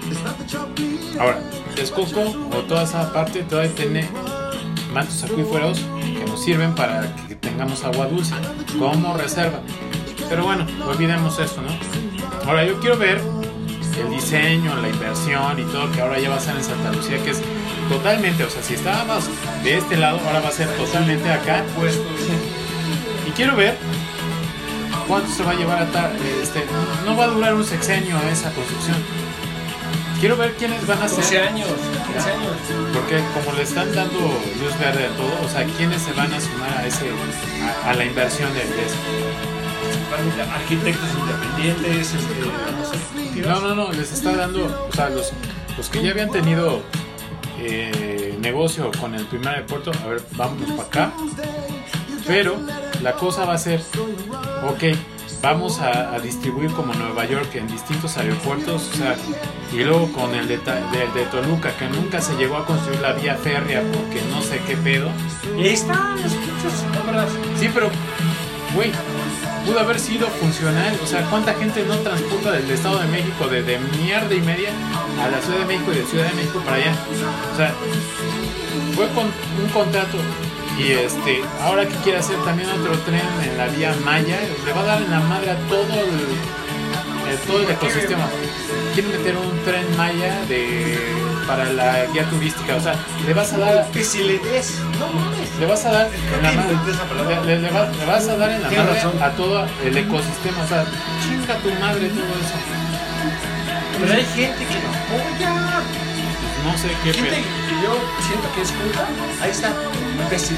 [SPEAKER 1] Ahora, Texcoco o toda esa parte todavía tiene mantos acuíferos que nos sirven para que tengamos agua dulce como reserva. Pero bueno, olvidemos eso, ¿no? Ahora yo quiero ver el diseño, la inversión y todo que ahora ya va a ser en Santa Lucía, que es totalmente, o sea, si estábamos de este lado, ahora va a ser totalmente acá.
[SPEAKER 2] Puesto, sí.
[SPEAKER 1] Y quiero ver cuánto se va a llevar a ta- este, no va a durar un sexenio esa construcción. Quiero ver quiénes van a
[SPEAKER 2] doce
[SPEAKER 1] ser,
[SPEAKER 2] años, quince años.
[SPEAKER 1] porque como le están dando luz verde a todo, o sea, quiénes se van a sumar a ese a, a la inversión de, de eso.
[SPEAKER 2] Arquitectos independientes, este, no sé.
[SPEAKER 1] No, no, no, les está dando, o sea, los, los que ya habían tenido eh, negocio con el primer aeropuerto, a ver, vámonos para acá. Pero la cosa va a ser, ok, vamos a, a distribuir como Nueva York en distintos aeropuertos, o sea, y luego con el de, de, de Toluca, que nunca se llegó a construir la vía férrea porque no sé qué pedo.
[SPEAKER 2] Y ahí están los pinches obras.
[SPEAKER 1] Sí, pero, güey, pudo haber sido funcional, o sea, ¿cuánta gente no transporta del Estado de México de, de mierda y media a la Ciudad de México y de Ciudad de México para allá? O sea, fue con un contrato. Y este, ahora que quiere hacer también otro tren en la vía Maya, le va a dar en la madre a todo el, el- todo el ecosistema. Quiere meter un tren Maya de para la guía turística, o sea, le vas a dar,
[SPEAKER 2] Que si le des, no mames.
[SPEAKER 1] le vas a dar en la madre,
[SPEAKER 2] Inventé esa palabra.
[SPEAKER 1] le, le- le va- le vas a dar en la
[SPEAKER 2] Tienes
[SPEAKER 1] madre
[SPEAKER 2] razón.
[SPEAKER 1] a todo el ecosistema, o sea, chinga tu madre todo eso.
[SPEAKER 2] Pero hay gente que lo apoya.
[SPEAKER 1] No sé qué
[SPEAKER 2] Gente
[SPEAKER 1] pedo.
[SPEAKER 2] que yo siento que es culpa. Ahí está, imbécil.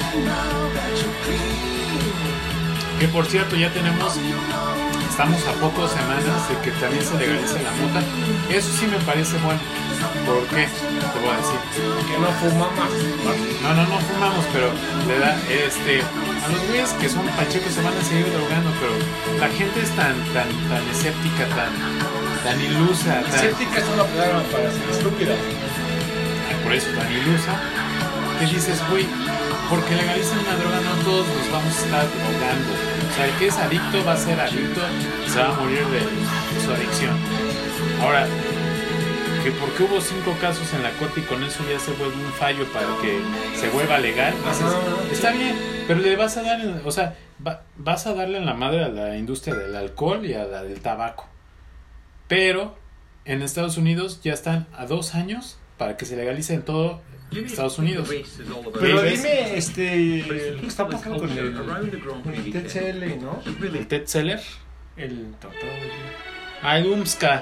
[SPEAKER 1] Que por cierto ya tenemos, estamos a pocas semanas de que también se legalice la mota. Eso sí me parece bueno. ¿Por qué? Te voy a decir.
[SPEAKER 2] Que no fuma más.
[SPEAKER 1] No, no, no fumamos, pero le da, este, a los güeyes que son pachecos se van a seguir drogando, pero la gente es tan, tan, tan escéptica, tan, tan ilusa, tan,
[SPEAKER 2] Escéptica es una palabra para ser estúpida.
[SPEAKER 1] por eso tan ilusa, que dices, güey, porque legalizan una droga no todos nos vamos a estar drogando. O sea, el que es adicto va a ser adicto y se va a morir de, de su adicción. Ahora, que porque hubo cinco casos en la corte y con eso ya se vuelve un fallo para que se vuelva legal, dices,
[SPEAKER 2] Ajá.
[SPEAKER 1] está bien, pero le vas a dar, en- o sea, va- vas a darle en la madre a la industria del alcohol y a la del tabaco. Pero en Estados Unidos ya están a dos años para que se legalice en todo Estados Unidos.
[SPEAKER 2] Pero
[SPEAKER 1] Sí,
[SPEAKER 2] dime, este. ¿Qué está pasando con el, con el T C L, no?
[SPEAKER 1] El Ted Seller,
[SPEAKER 2] El tratado.
[SPEAKER 1] ah, el UMSCA.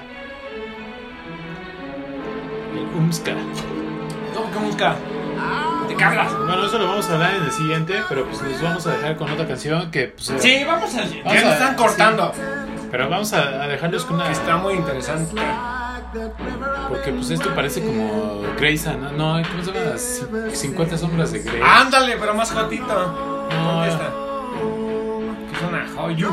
[SPEAKER 1] El UMSCA.
[SPEAKER 2] ¿Cómo que música? ¿De qué hablas?
[SPEAKER 1] Bueno, eso lo vamos a hablar en el siguiente, pero pues les vamos a dejar con otra canción que pues, eh,
[SPEAKER 2] Sí, vamos a. Ya
[SPEAKER 1] Vamos
[SPEAKER 2] nos
[SPEAKER 1] a-
[SPEAKER 2] están cortando.
[SPEAKER 1] pero vamos a, a dejarlos con una,
[SPEAKER 2] Está muy interesante.
[SPEAKER 1] porque pues esto parece como Grey's Anatomy, no, ¿cómo se llama? Las ci- cincuenta sombras de Grey.
[SPEAKER 2] Ándale, pero más jotito.
[SPEAKER 1] No.
[SPEAKER 2] ¿Dónde está? Que es una joyu.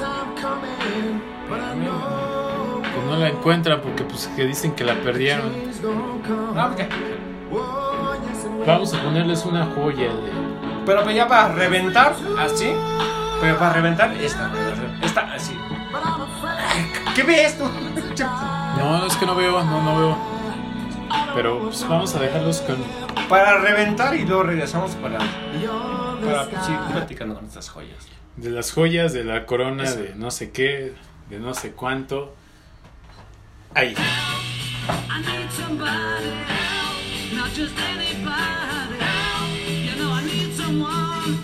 [SPEAKER 1] Que no la encuentran porque pues que dicen que la perdieron.
[SPEAKER 2] No, ¿qué?
[SPEAKER 1] Vamos a ponerles una joya de...
[SPEAKER 2] Pero pues ya para reventar, así. Pero para reventar, esta. Esta, así. ¿Qué ves tú?
[SPEAKER 1] No, es que no veo, no, no veo. Pero pues vamos a dejarlos con...
[SPEAKER 2] Para reventar y luego regresamos para. Para seguir platicando con estas joyas.
[SPEAKER 1] De las joyas, de la corona,
[SPEAKER 2] Eso.
[SPEAKER 1] de no sé qué, de no sé cuánto. Ahí.
[SPEAKER 5] I need somebody help, not just anybody help. You know I need someone.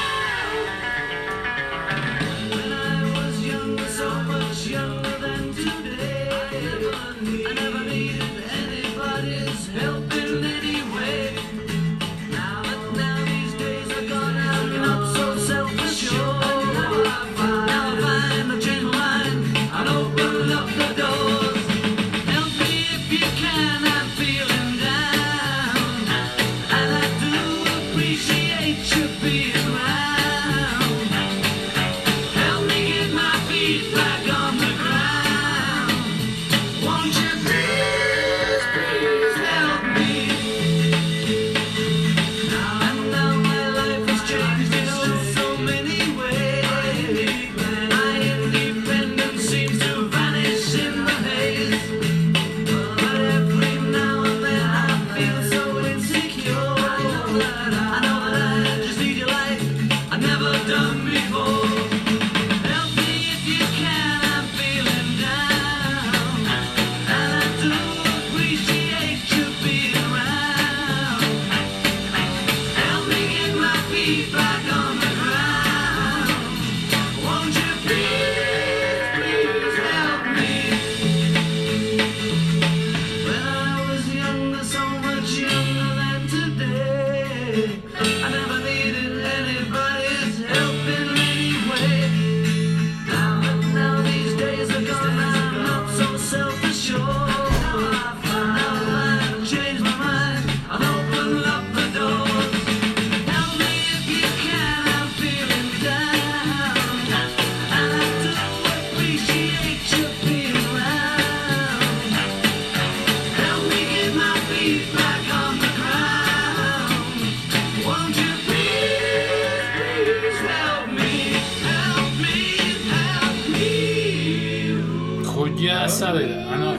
[SPEAKER 5] When I was younger, so much younger than today, I never needed anybody's help in any way. Now that now these days are gone, I'm not so self-assured. Now I find, now I find I change my mind and open up the doors. Help me if you can, I'm feeling down.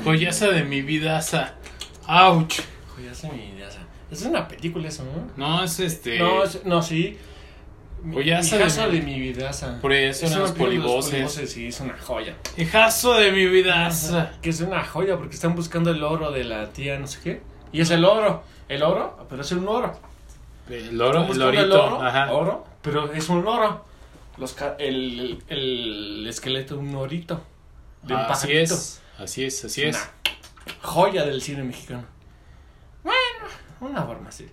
[SPEAKER 1] Joyaza de mi vida, asa. Ouch.
[SPEAKER 2] Joyaza de mi vida. Es una película eso, ¿no?
[SPEAKER 1] No, es este.
[SPEAKER 2] No, es- no, sí. Mi-
[SPEAKER 1] Joyaza
[SPEAKER 2] Hijazo
[SPEAKER 1] de
[SPEAKER 2] de
[SPEAKER 1] mi-
[SPEAKER 2] mi vidaza.
[SPEAKER 1] Por eso
[SPEAKER 2] Es
[SPEAKER 1] eran
[SPEAKER 2] una
[SPEAKER 1] los
[SPEAKER 2] película de los
[SPEAKER 1] polivoces.
[SPEAKER 2] Sí, es una joya.
[SPEAKER 1] Hijazo de mi vida, asa.
[SPEAKER 2] Que es una joya porque están buscando el oro de la tía no sé qué. Y es el oro. El oro, pero es un oro.
[SPEAKER 1] El oro,
[SPEAKER 2] Están
[SPEAKER 1] el
[SPEAKER 2] buscando
[SPEAKER 1] lorito.
[SPEAKER 2] oro,
[SPEAKER 1] Ajá.
[SPEAKER 2] oro, pero es un loro. Los ca- el, el, el esqueleto de un orito. De un
[SPEAKER 1] Así
[SPEAKER 2] pajarito.
[SPEAKER 1] es. Así es, así
[SPEAKER 2] Es
[SPEAKER 1] es.
[SPEAKER 2] una joya del cine mexicano. Bueno, una forma así.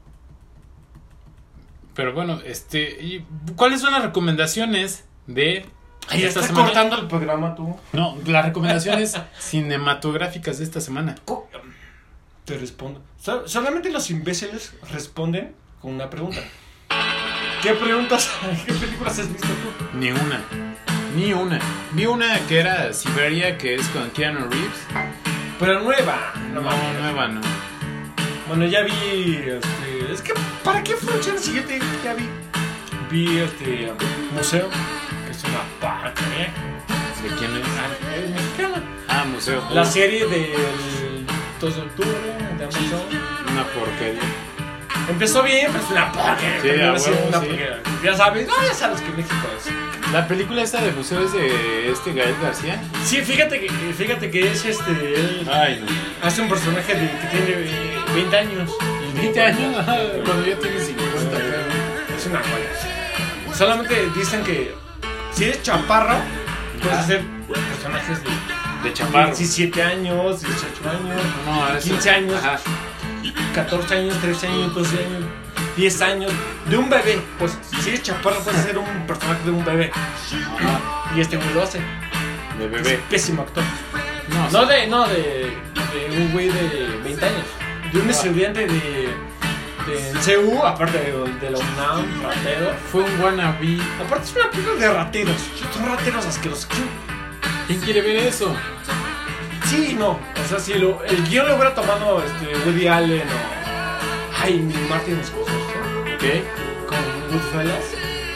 [SPEAKER 1] Pero bueno, este. ¿y ¿Cuáles son las recomendaciones de
[SPEAKER 2] Ay, ya
[SPEAKER 1] esta
[SPEAKER 2] estás
[SPEAKER 1] semana?
[SPEAKER 2] cortando el programa tú.
[SPEAKER 1] No, las recomendaciones cinematográficas de esta semana.
[SPEAKER 2] Co- Te respondo. So- solamente los imbéciles responden con una pregunta. ¿Qué preguntas? ¿Qué películas has visto tú?
[SPEAKER 1] Ni una. Ni una. Vi una que era Siberia, que es con Keanu Reeves.
[SPEAKER 2] Pero nueva.
[SPEAKER 1] No,
[SPEAKER 2] mames.
[SPEAKER 1] nueva, no.
[SPEAKER 2] Bueno, ya vi. Este, es que, ¿para qué funciona si yo te ya vi? Vi este Museo, que es una porquería.
[SPEAKER 1] ¿De quién es?
[SPEAKER 2] Ah, es mexicana.
[SPEAKER 1] Ah, Museo.
[SPEAKER 2] La serie del dos de octubre de Amazon.
[SPEAKER 1] Una porquería.
[SPEAKER 2] Empezó bien, pero es una porquería.
[SPEAKER 1] Sí,
[SPEAKER 2] Terminó
[SPEAKER 1] a
[SPEAKER 2] siendo
[SPEAKER 1] huevo,
[SPEAKER 2] una
[SPEAKER 1] sí.
[SPEAKER 2] porquería. Ya sabes, no, ya sabes que México es.
[SPEAKER 1] La película esta de Museo es de este Gael García.
[SPEAKER 2] Sí, fíjate que, fíjate que es este. Él
[SPEAKER 1] Ay, no.
[SPEAKER 2] hace un personaje de, que tiene eh, veinte años.
[SPEAKER 1] veinte años, ajá, cuando ya tienes cincuenta, creo.
[SPEAKER 2] Es una joya. Solamente dicen que si eres chaparro, puedes
[SPEAKER 1] Ajá.
[SPEAKER 2] hacer personajes de
[SPEAKER 1] De chaparro.
[SPEAKER 2] diecisiete años, dieciocho años,
[SPEAKER 1] No, eso-
[SPEAKER 2] quince años,
[SPEAKER 1] Ajá.
[SPEAKER 2] catorce años, trece años, doce años, diez años, de un bebé. Pues si eres chaparro, puedes hacer un personaje de un bebé.
[SPEAKER 1] Ajá.
[SPEAKER 2] Y este güey lo hace.
[SPEAKER 1] De
[SPEAKER 2] Es
[SPEAKER 1] bebé.
[SPEAKER 2] pésimo actor.
[SPEAKER 1] No,
[SPEAKER 2] No de, no de, de un güey de veinte años. De un estudiante de, de C U, aparte de, de la UNAM, ratero.
[SPEAKER 1] fue un wannabe.
[SPEAKER 2] Aparte es una película de rateros. Son rateros asquerosos.
[SPEAKER 1] ¿Quién quiere ver eso?
[SPEAKER 2] Sí y no. O sea, si lo, el guión lo hubiera tomado este, Woody Allen o... Ay, ni Martin Scorsese,
[SPEAKER 1] ¿Qué?
[SPEAKER 2] con Goodfellas.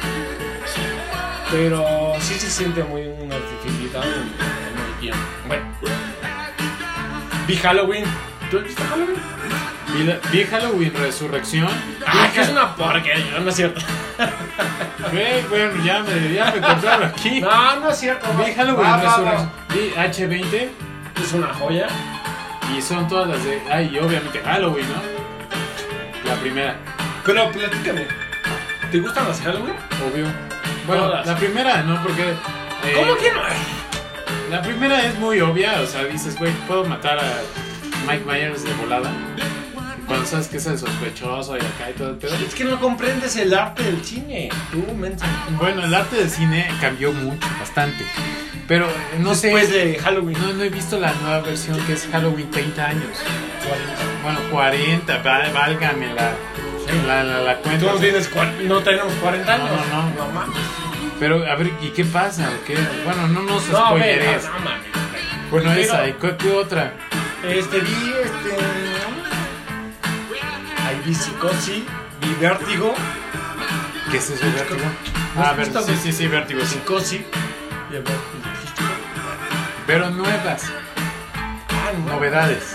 [SPEAKER 2] Pero sí se siente muy una artificialidad en, en el guión. Bueno. Vi Halloween. ¿Tú has visto Halloween?
[SPEAKER 1] Vi, la- vi Halloween Resurrección.
[SPEAKER 2] Ah, que es una porquería, no es cierto.
[SPEAKER 1] Güey, bueno, ya me, ya me contaron aquí.
[SPEAKER 2] No, no es cierto.
[SPEAKER 1] Vi Halloween
[SPEAKER 2] Va, va, va.
[SPEAKER 1] Resurrección. Vi H veinte.
[SPEAKER 2] Es una joya.
[SPEAKER 1] Y son todas las de. Ay, y obviamente Halloween, ¿no? La primera,
[SPEAKER 2] Pero platícame. ¿Te gustan las Halloween?
[SPEAKER 1] obvio. Bueno,
[SPEAKER 2] Todas.
[SPEAKER 1] la primera, ¿no? Porque. eh,
[SPEAKER 2] ¿Cómo que no?
[SPEAKER 1] La primera es muy obvia, o sea, dices, güey, puedo matar a Mike Myers de volada. Cuando sabes que es el sospechoso y acá y todo el pedo.
[SPEAKER 2] Es que no comprendes el arte del cine. Tú, mensa.
[SPEAKER 1] Bueno, el arte del cine cambió mucho, bastante. Pero eh, no sé.
[SPEAKER 2] Después de Halloween.
[SPEAKER 1] No, no he visto la nueva versión que es Halloween treinta años. Bueno, cuarenta, va- válgame la, la, la, la
[SPEAKER 2] Tú
[SPEAKER 1] cuenta.
[SPEAKER 2] no tienes cua- no tenemos cuarenta años.
[SPEAKER 1] No, no, no.
[SPEAKER 2] No mames.
[SPEAKER 1] Pero, a ver, ¿y qué pasa? ¿O qué? Bueno, no nos
[SPEAKER 2] No, ve,
[SPEAKER 1] spoileres.
[SPEAKER 2] no, no mames.
[SPEAKER 1] Bueno,
[SPEAKER 2] Pero,
[SPEAKER 1] esa, ¿y qué, qué otra?
[SPEAKER 2] Este, vi este. Ahí vi Psicosis, vi Vértigo.
[SPEAKER 1] ¿Qué es eso, Vértigo?
[SPEAKER 2] ¿No
[SPEAKER 1] Ah,
[SPEAKER 2] has
[SPEAKER 1] ver,
[SPEAKER 2] visto
[SPEAKER 1] sí, sí, sí, Vértigo, sí.
[SPEAKER 2] Psicosis. Y el Vértigo.
[SPEAKER 1] Pero nuevas,
[SPEAKER 2] Ah, no.
[SPEAKER 1] novedades.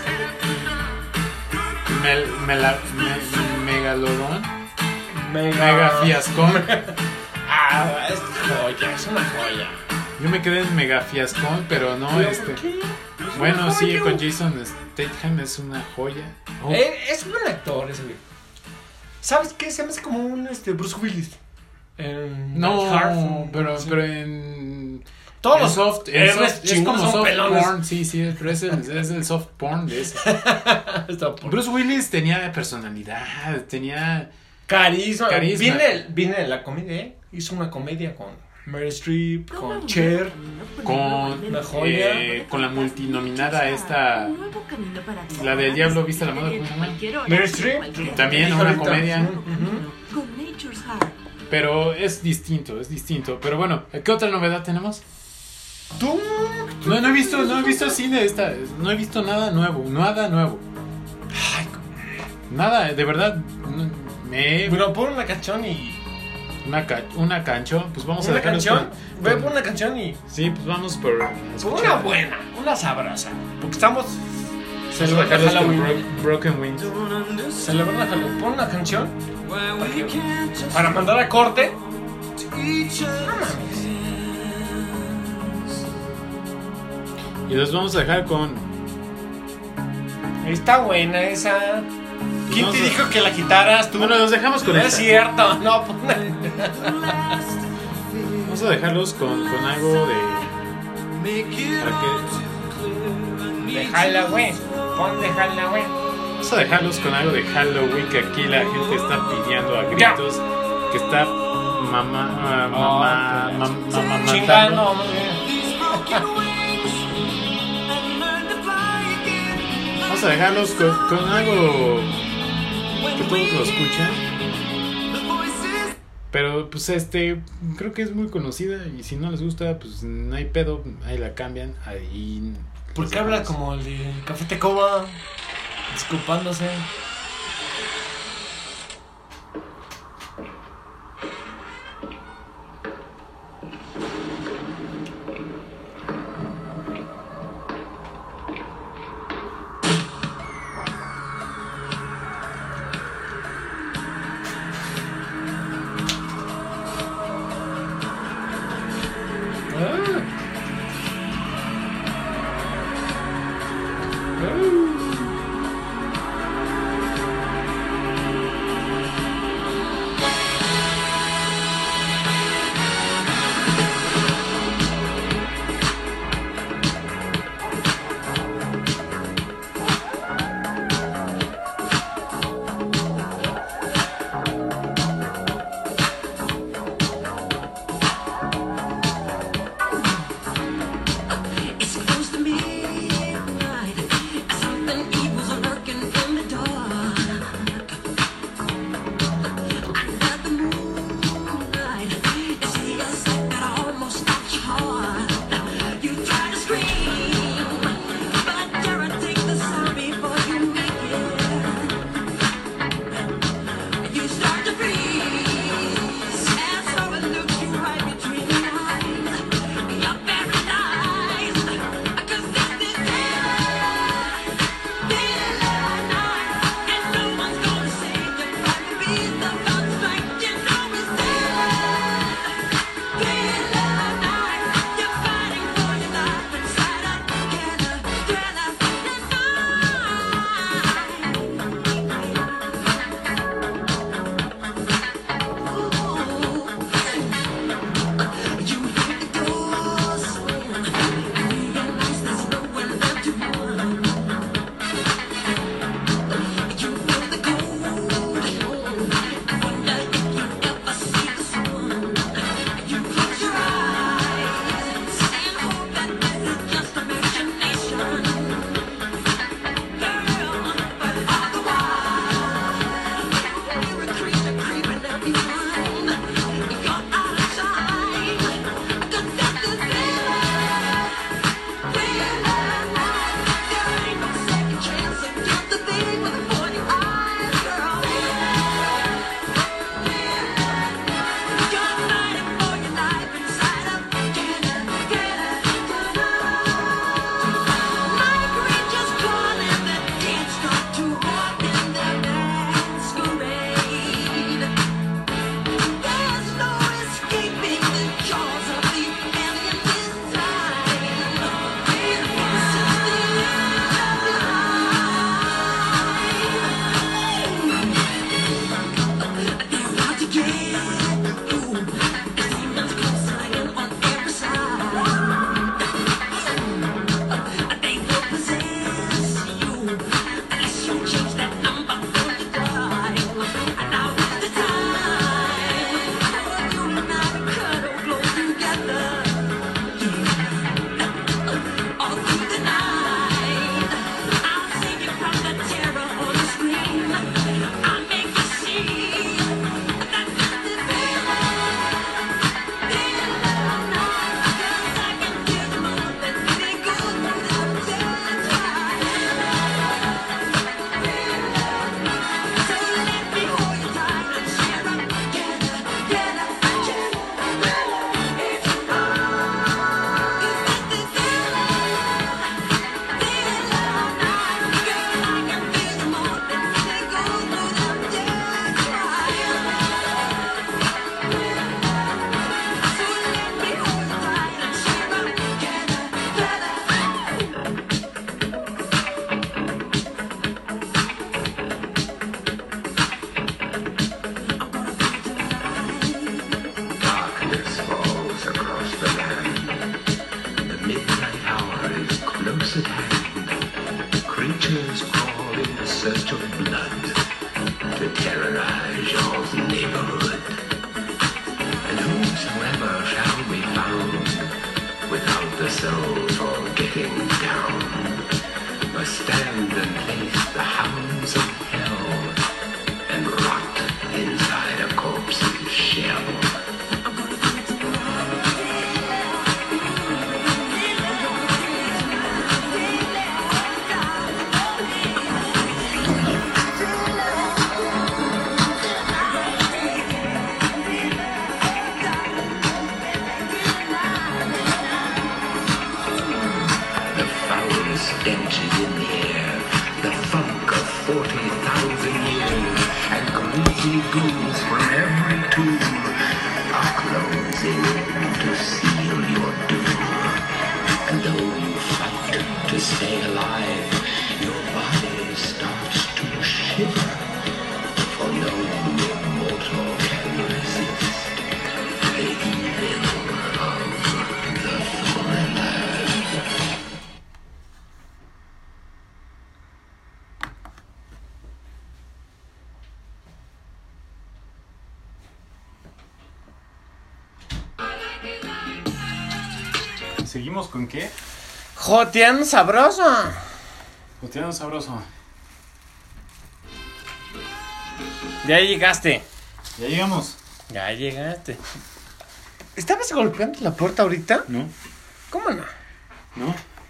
[SPEAKER 1] Mel, mela- me- megalodón,
[SPEAKER 2] Mega,
[SPEAKER 1] mega fiascón.
[SPEAKER 2] Ah, es joya, es una joya.
[SPEAKER 1] Yo me quedé en mega fiascón, pero no,
[SPEAKER 2] ¿Pero
[SPEAKER 1] este.
[SPEAKER 2] por qué? Es
[SPEAKER 1] Bueno,
[SPEAKER 2] una
[SPEAKER 1] sí,
[SPEAKER 2] joya.
[SPEAKER 1] con Jason Statham es una joya. Oh,
[SPEAKER 2] Eh, es buen actor ese güey. ¿Sabes qué? Se me hace como un este, Bruce Willis. En
[SPEAKER 1] no,
[SPEAKER 2] Die Hard,
[SPEAKER 1] pero,
[SPEAKER 2] sí.
[SPEAKER 1] pero en.
[SPEAKER 2] Todos
[SPEAKER 1] en
[SPEAKER 2] los
[SPEAKER 1] soft, en
[SPEAKER 2] héroes
[SPEAKER 1] soft- es
[SPEAKER 2] chingones
[SPEAKER 1] como
[SPEAKER 2] son
[SPEAKER 1] soft
[SPEAKER 2] pelones.
[SPEAKER 1] porn, sí, sí, pero es el, es el soft porn de ese.
[SPEAKER 2] Está por-
[SPEAKER 1] Bruce Willis tenía personalidad, tenía.
[SPEAKER 2] Carisma.
[SPEAKER 1] Carisma.
[SPEAKER 2] Viene, viene de la comedia, ¿eh? Hizo una comedia con Meryl Streep, con Cher.
[SPEAKER 1] Con,
[SPEAKER 2] Una joya.
[SPEAKER 1] eh, con la multinominada esta. La del Diablo Viste la Moda, ¿cómo se llama?
[SPEAKER 2] Meryl Streep.
[SPEAKER 1] También
[SPEAKER 2] Dijo
[SPEAKER 1] una
[SPEAKER 2] ahorita.
[SPEAKER 1] comedia.
[SPEAKER 2] Ujú.
[SPEAKER 5] Con Nature's Heart.
[SPEAKER 1] Pero es distinto, es distinto. Pero bueno, ¿qué otra novedad tenemos?
[SPEAKER 2] Tú.
[SPEAKER 1] No, no he visto, no he visto cine esta, no he visto nada nuevo, nada nuevo.
[SPEAKER 2] Ay,
[SPEAKER 1] Nada, de verdad, no- me he-
[SPEAKER 2] bueno, pon una canción y.
[SPEAKER 1] una, ca- una canción, pues vamos a
[SPEAKER 2] ¿Una
[SPEAKER 1] dejarlos
[SPEAKER 2] canción?
[SPEAKER 1] con-
[SPEAKER 2] Voy a
[SPEAKER 1] con-
[SPEAKER 2] poner una canción y...
[SPEAKER 1] Sí, pues vamos por escuchar.
[SPEAKER 2] Una buena, una sabrosa. Porque estamos
[SPEAKER 1] Vamos a dejarlos con
[SPEAKER 2] Halloween.
[SPEAKER 1] Bro- Broken Wings.
[SPEAKER 2] celebrando a Halloween. Pon una canción para, que- para mandar a corte.
[SPEAKER 1] Y los vamos a dejar con.
[SPEAKER 2] Está buena esa. ¿Quién
[SPEAKER 1] No
[SPEAKER 2] te
[SPEAKER 1] sé.
[SPEAKER 2] dijo que la quitaras tú?
[SPEAKER 1] Bueno, los dejamos con
[SPEAKER 2] No es
[SPEAKER 1] esta.
[SPEAKER 2] cierto, no, pon una-
[SPEAKER 1] Vamos a dejarlos con, con algo de. Para que,
[SPEAKER 2] de Halloween. Pon de Halloween.
[SPEAKER 1] vamos a dejarlos con algo de Halloween que aquí la gente está pidiendo a gritos. Que está mamá. ah, mamá.
[SPEAKER 2] Oh,
[SPEAKER 1] mam- mamá matando.
[SPEAKER 2] Chingando, muy bien.
[SPEAKER 1] Vamos a dejarlos con, con algo que todos lo escuchan. Pero pues este, creo que es muy conocida y si no les gusta, pues no hay pedo, ahí la cambian, ahí...
[SPEAKER 2] ¿Por qué habla como el de Café Tacuba? Disculpándose.
[SPEAKER 5] It's close to midnight. Something evil's lurking in the dark. Under the moonlight, it's a sight that almost stops your heart. You try to scream, but terror takes the sound before you make it. You start to freeze, and so it looks you right between the eyes. You're paralyzed, 'cause this is hell. This
[SPEAKER 6] out in search of blood to terrorize your neighborhood. And whosoever shall be found without the soul for getting down must stand and face the hounds of hell and rot inside a corpse's shell. Stench is in the air, the funk of forty thousand years, and grisly ghouls from every tomb are closing in to seal your doom. And though you fight to stay alive, your body starts to shiver, for no mortal can resist the evil of the thriller.
[SPEAKER 1] ¿Seguimos con qué?
[SPEAKER 2] Joteando sabroso.
[SPEAKER 1] Joteando sabroso.
[SPEAKER 2] Ya llegaste.
[SPEAKER 1] Ya llegamos.
[SPEAKER 2] Ya llegaste. ¿Estabas golpeando la puerta ahorita?
[SPEAKER 1] No,
[SPEAKER 2] ¿Cómo no?
[SPEAKER 1] no.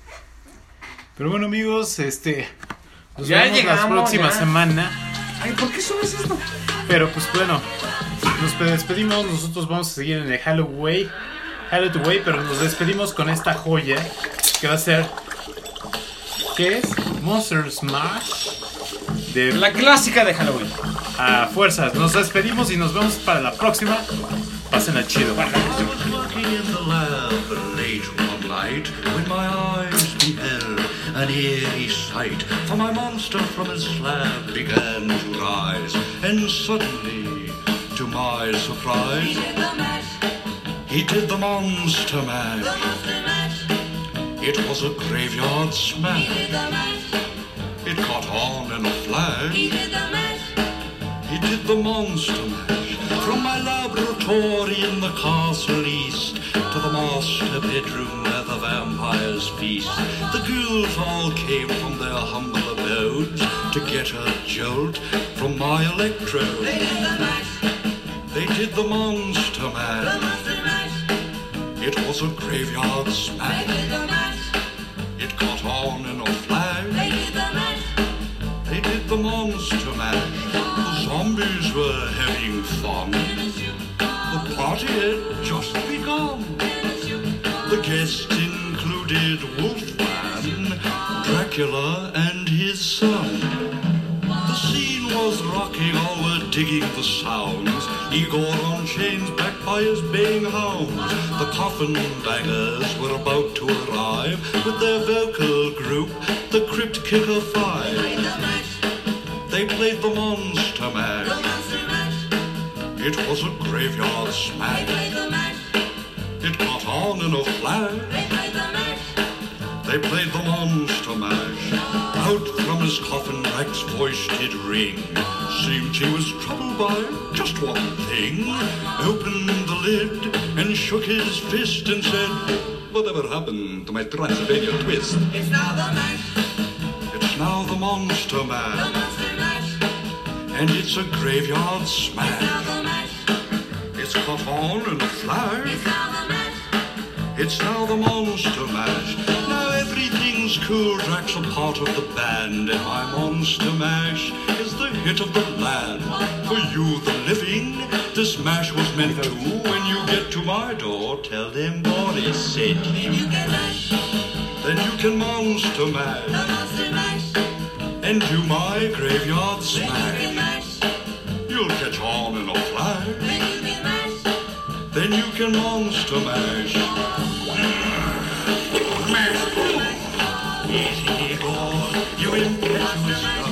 [SPEAKER 1] Pero bueno, amigos, este... Nos
[SPEAKER 2] Ya
[SPEAKER 1] vemos
[SPEAKER 2] llegamos,
[SPEAKER 1] la próxima
[SPEAKER 2] ya.
[SPEAKER 1] semana.
[SPEAKER 2] Ay, ¿por qué subes esto?
[SPEAKER 1] Pero pues bueno, nos despedimos. Nosotros vamos a seguir en el Halloween. Halloween, pero nos despedimos con esta joya que va a ser, ¿qué es? Monster Smash de
[SPEAKER 2] La clásica de Halloween.
[SPEAKER 1] a fuerzas. Nos despedimos y nos vemos para la próxima. Pásenla chido.
[SPEAKER 4] I was working in the lab late one night when my eyes beheld an eerie sight. For my monster from his slab began to rise, and suddenly, to my surprise, he did the monster mash. It was a graveyard smash. It caught on in a flash. He did the monster mash. From my laboratory in the castle east to the master bedroom where the vampires feast, the ghouls all came from their humble abodes to get a jolt from my electrode. They did the monster mash. It was a graveyard smash. It caught on in a flash. They did the monster mash. The zombies were having fun. The party had just begun. The guests included Wolfman, Dracula, and his son. The scene was rocking, all were digging the sounds. Igor on chains, backed by his baying hounds. The coffin bangers were about to arrive with their vocal group, the Crypt Kicker Five. They played the monster mash. It was a graveyard smash. It caught on in a flash. They played the monster mash. Out from his coffin, Rex's voice did ring. Seemed he was troubled by just one thing. Opened the lid and shook his fist and said, "Whatever happened to my Transylvania twist?"
[SPEAKER 5] It's now the mash.
[SPEAKER 4] It's now the monster
[SPEAKER 5] The
[SPEAKER 4] mash.
[SPEAKER 5] monster mash.
[SPEAKER 4] And it's a graveyard
[SPEAKER 5] Now
[SPEAKER 4] smash.
[SPEAKER 5] the mash.
[SPEAKER 4] It's caught on in a flash.
[SPEAKER 5] It's now the mash.
[SPEAKER 4] It's now the monster mash. Now everything's cool. Drax a part of the band, and my monster mash is the hit of the land. For you, the living, this mash was meant to. When you get to my door, tell them what is said.
[SPEAKER 5] If you can mash,
[SPEAKER 4] Then you can monster
[SPEAKER 5] the
[SPEAKER 4] mash
[SPEAKER 5] monster mash.
[SPEAKER 4] and do my graveyard
[SPEAKER 5] Then you
[SPEAKER 4] smash.
[SPEAKER 5] can mash.
[SPEAKER 4] You'll catch on in a flash.
[SPEAKER 5] Then you can mash.
[SPEAKER 4] Then you can monster mash. Mash. Easy, boy, you impetuous